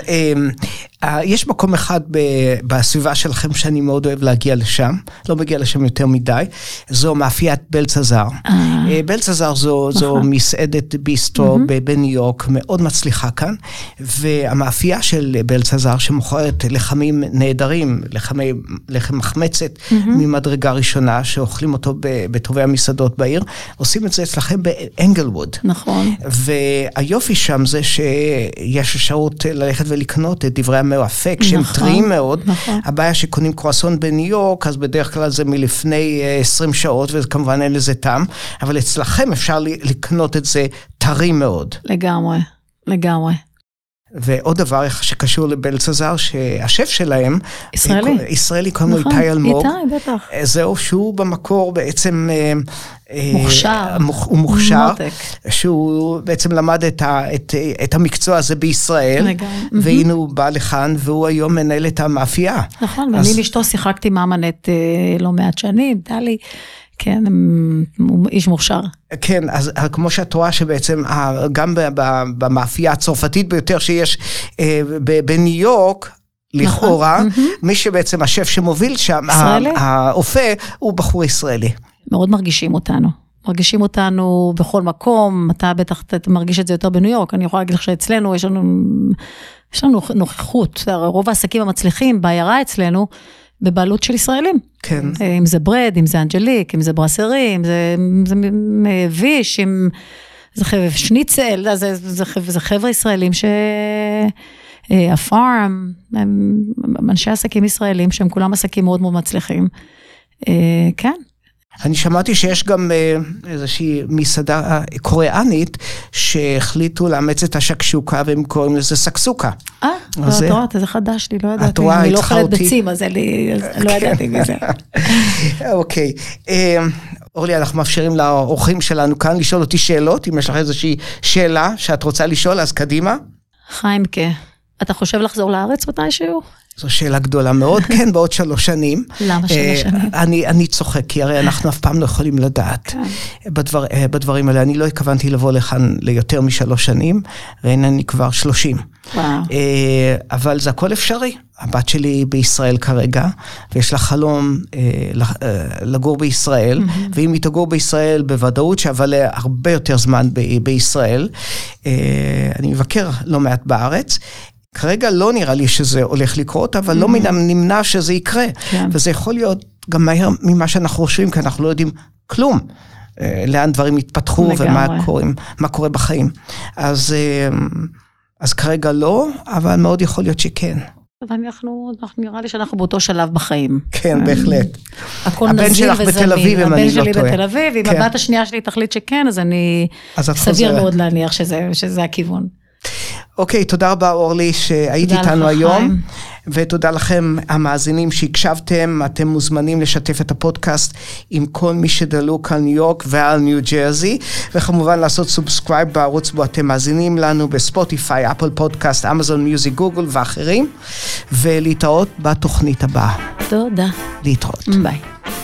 יש מקום אחד בסביבה שלכם שאני מאוד אוהב להגיע לשם, לא מגיע לשם יותר מדי, זו מאפיית בלצזר. בלצזר זו מסעדת ביסטרו בניו יורק, מאוד מצליחה כאן, והמאפייה של בלצזר שמוכרת לחמים נהדרים, לחם מחמצת ממדרגה ראשונה, שאוכלים אותו בטובי המסעדות בעיר, עושים את זה אצלכם באנגלווד. נכון. והיופי שם זה שיש אפשרות ללכת ולקנות את דברי המאפק, שהם טריים מאוד. הבעיה שקונים קרואסון בניו יורק, אז בדרך כלל זה מלפני עשרים שעות, וכמובן אין לזה טעם, אבל אצלכם אפשר לקנות את זה טרי מאוד. לגמרי, לגמרי. ועוד דבר שקשור לבלצזר, שהשף שלהם, ישראלי, ישראלי קוראים לו איתי אלמוג, איתי, בטח. זהו שהוא במקור בעצם, מוכשר, הוא מוכשר, שהוא בעצם למד את, ה, את, את המקצוע הזה בישראל, והנה הוא בא לכאן, והוא היום מנהל את המאפייה. נכון, ואני ואשתו שיחקתי מאמנת לא מעט שנים, דלי, כן, הוא איש מוכשר. כן, אז כמו שאת רואה שבעצם, גם במאפייה הצרפתית ביותר שיש בניו יורק, לכאורה, מי שבעצם השף שמוביל שם, האופה, הוא בחור ישראלי. מאוד מרגישים אותנו. מרגישים אותנו בכל מקום, אתה בטח מרגיש את זה יותר בניו יורק, אני יכולה להגיד לך שאצלנו יש לנו, יש לנו נוכחות, רוב העסקים המצליחים בעיירה אצלנו, בבעלות של ישראלים. כן. אם זה ברד, אם זה אנג'ליק, אם זה ברסרי, אם זה, זה ויש, אם זה חבר'ה שניצל, זה, זה, זה חבר'ה ישראלים ש... הפארם, הם אנשי עסקים ישראלים, שהם כולם עסקים מאוד מאוד מצליחים. כן. אני שמעתי שיש גם איזושהי מסעדה קוריאנית שהחליטו לאמץ את השקשוקה והם קוראים לזה סקסוקה. אה, את רואה, זה חדש לי, לא ידעתי. רואה, אני לא אוכלת ביצים, אז לא ידעתי מזה. אוקיי. אורלי, אנחנו מאפשרים לאורחים שלנו כאן לשאול אותי שאלות, אם יש לך איזושהי שאלה שאת רוצה לשאול, אז קדימה. חיימקה, אתה חושב לחזור לארץ מתישהו? זו שאלה גדולה מאוד, כן, בעוד שלוש שנים. למה שלוש שנים? אני, אני צוחק, כי הרי אנחנו אף פעם לא יכולים לדעת. בדבר, בדברים האלה, אני לא התכוונתי לבוא לכאן ליותר משלוש שנים, והנה אני כבר שלושים. וואו. אבל זה הכל אפשרי. הבת שלי בישראל כרגע, ויש לה חלום לגור בישראל, ואם היא תגור בישראל בוודאות, שעבר הרבה יותר זמן בישראל, אני מבקר לא מעט בארץ, כרגע לא נראה לי שזה הולך לקרות, אבל לא מן הנמנע שזה יקרה. וזה יכול להיות גם מהר ממה שאנחנו חושבים, כי אנחנו לא יודעים כלום. לאן דברים התפתחו ומה קוראים, מה קורה בחיים. אז, אז כרגע לא, אבל מאוד יכול להיות שכן. אבל אנחנו, אנחנו נראה לי שאנחנו באותו שלב בחיים. כן, בהחלט. הכל נזיל וזמין. הבן שלי בתל אביב, אם הבת השנייה שלי תחליט שכן, אז אני סביר מאוד להניח שזה, שזה הכיוון. אוקיי, תודה רבה אורלי שהיית איתנו היום, ותודה לכם המאזינים שהקשבתם, אתם מוזמנים לשתף את הפודקאסט עם כל מי שדלוק על ניו יורק ועל ניו ג'רזי, וכמובן לעשות סובסקרייב בערוץ בו אתם מאזינים לנו בספוטיפיי, אפל פודקאסט, אמזון מיוזיק, גוגל ואחרים, ולהתראות בתוכנית הבאה. תודה. להתראות. ביי.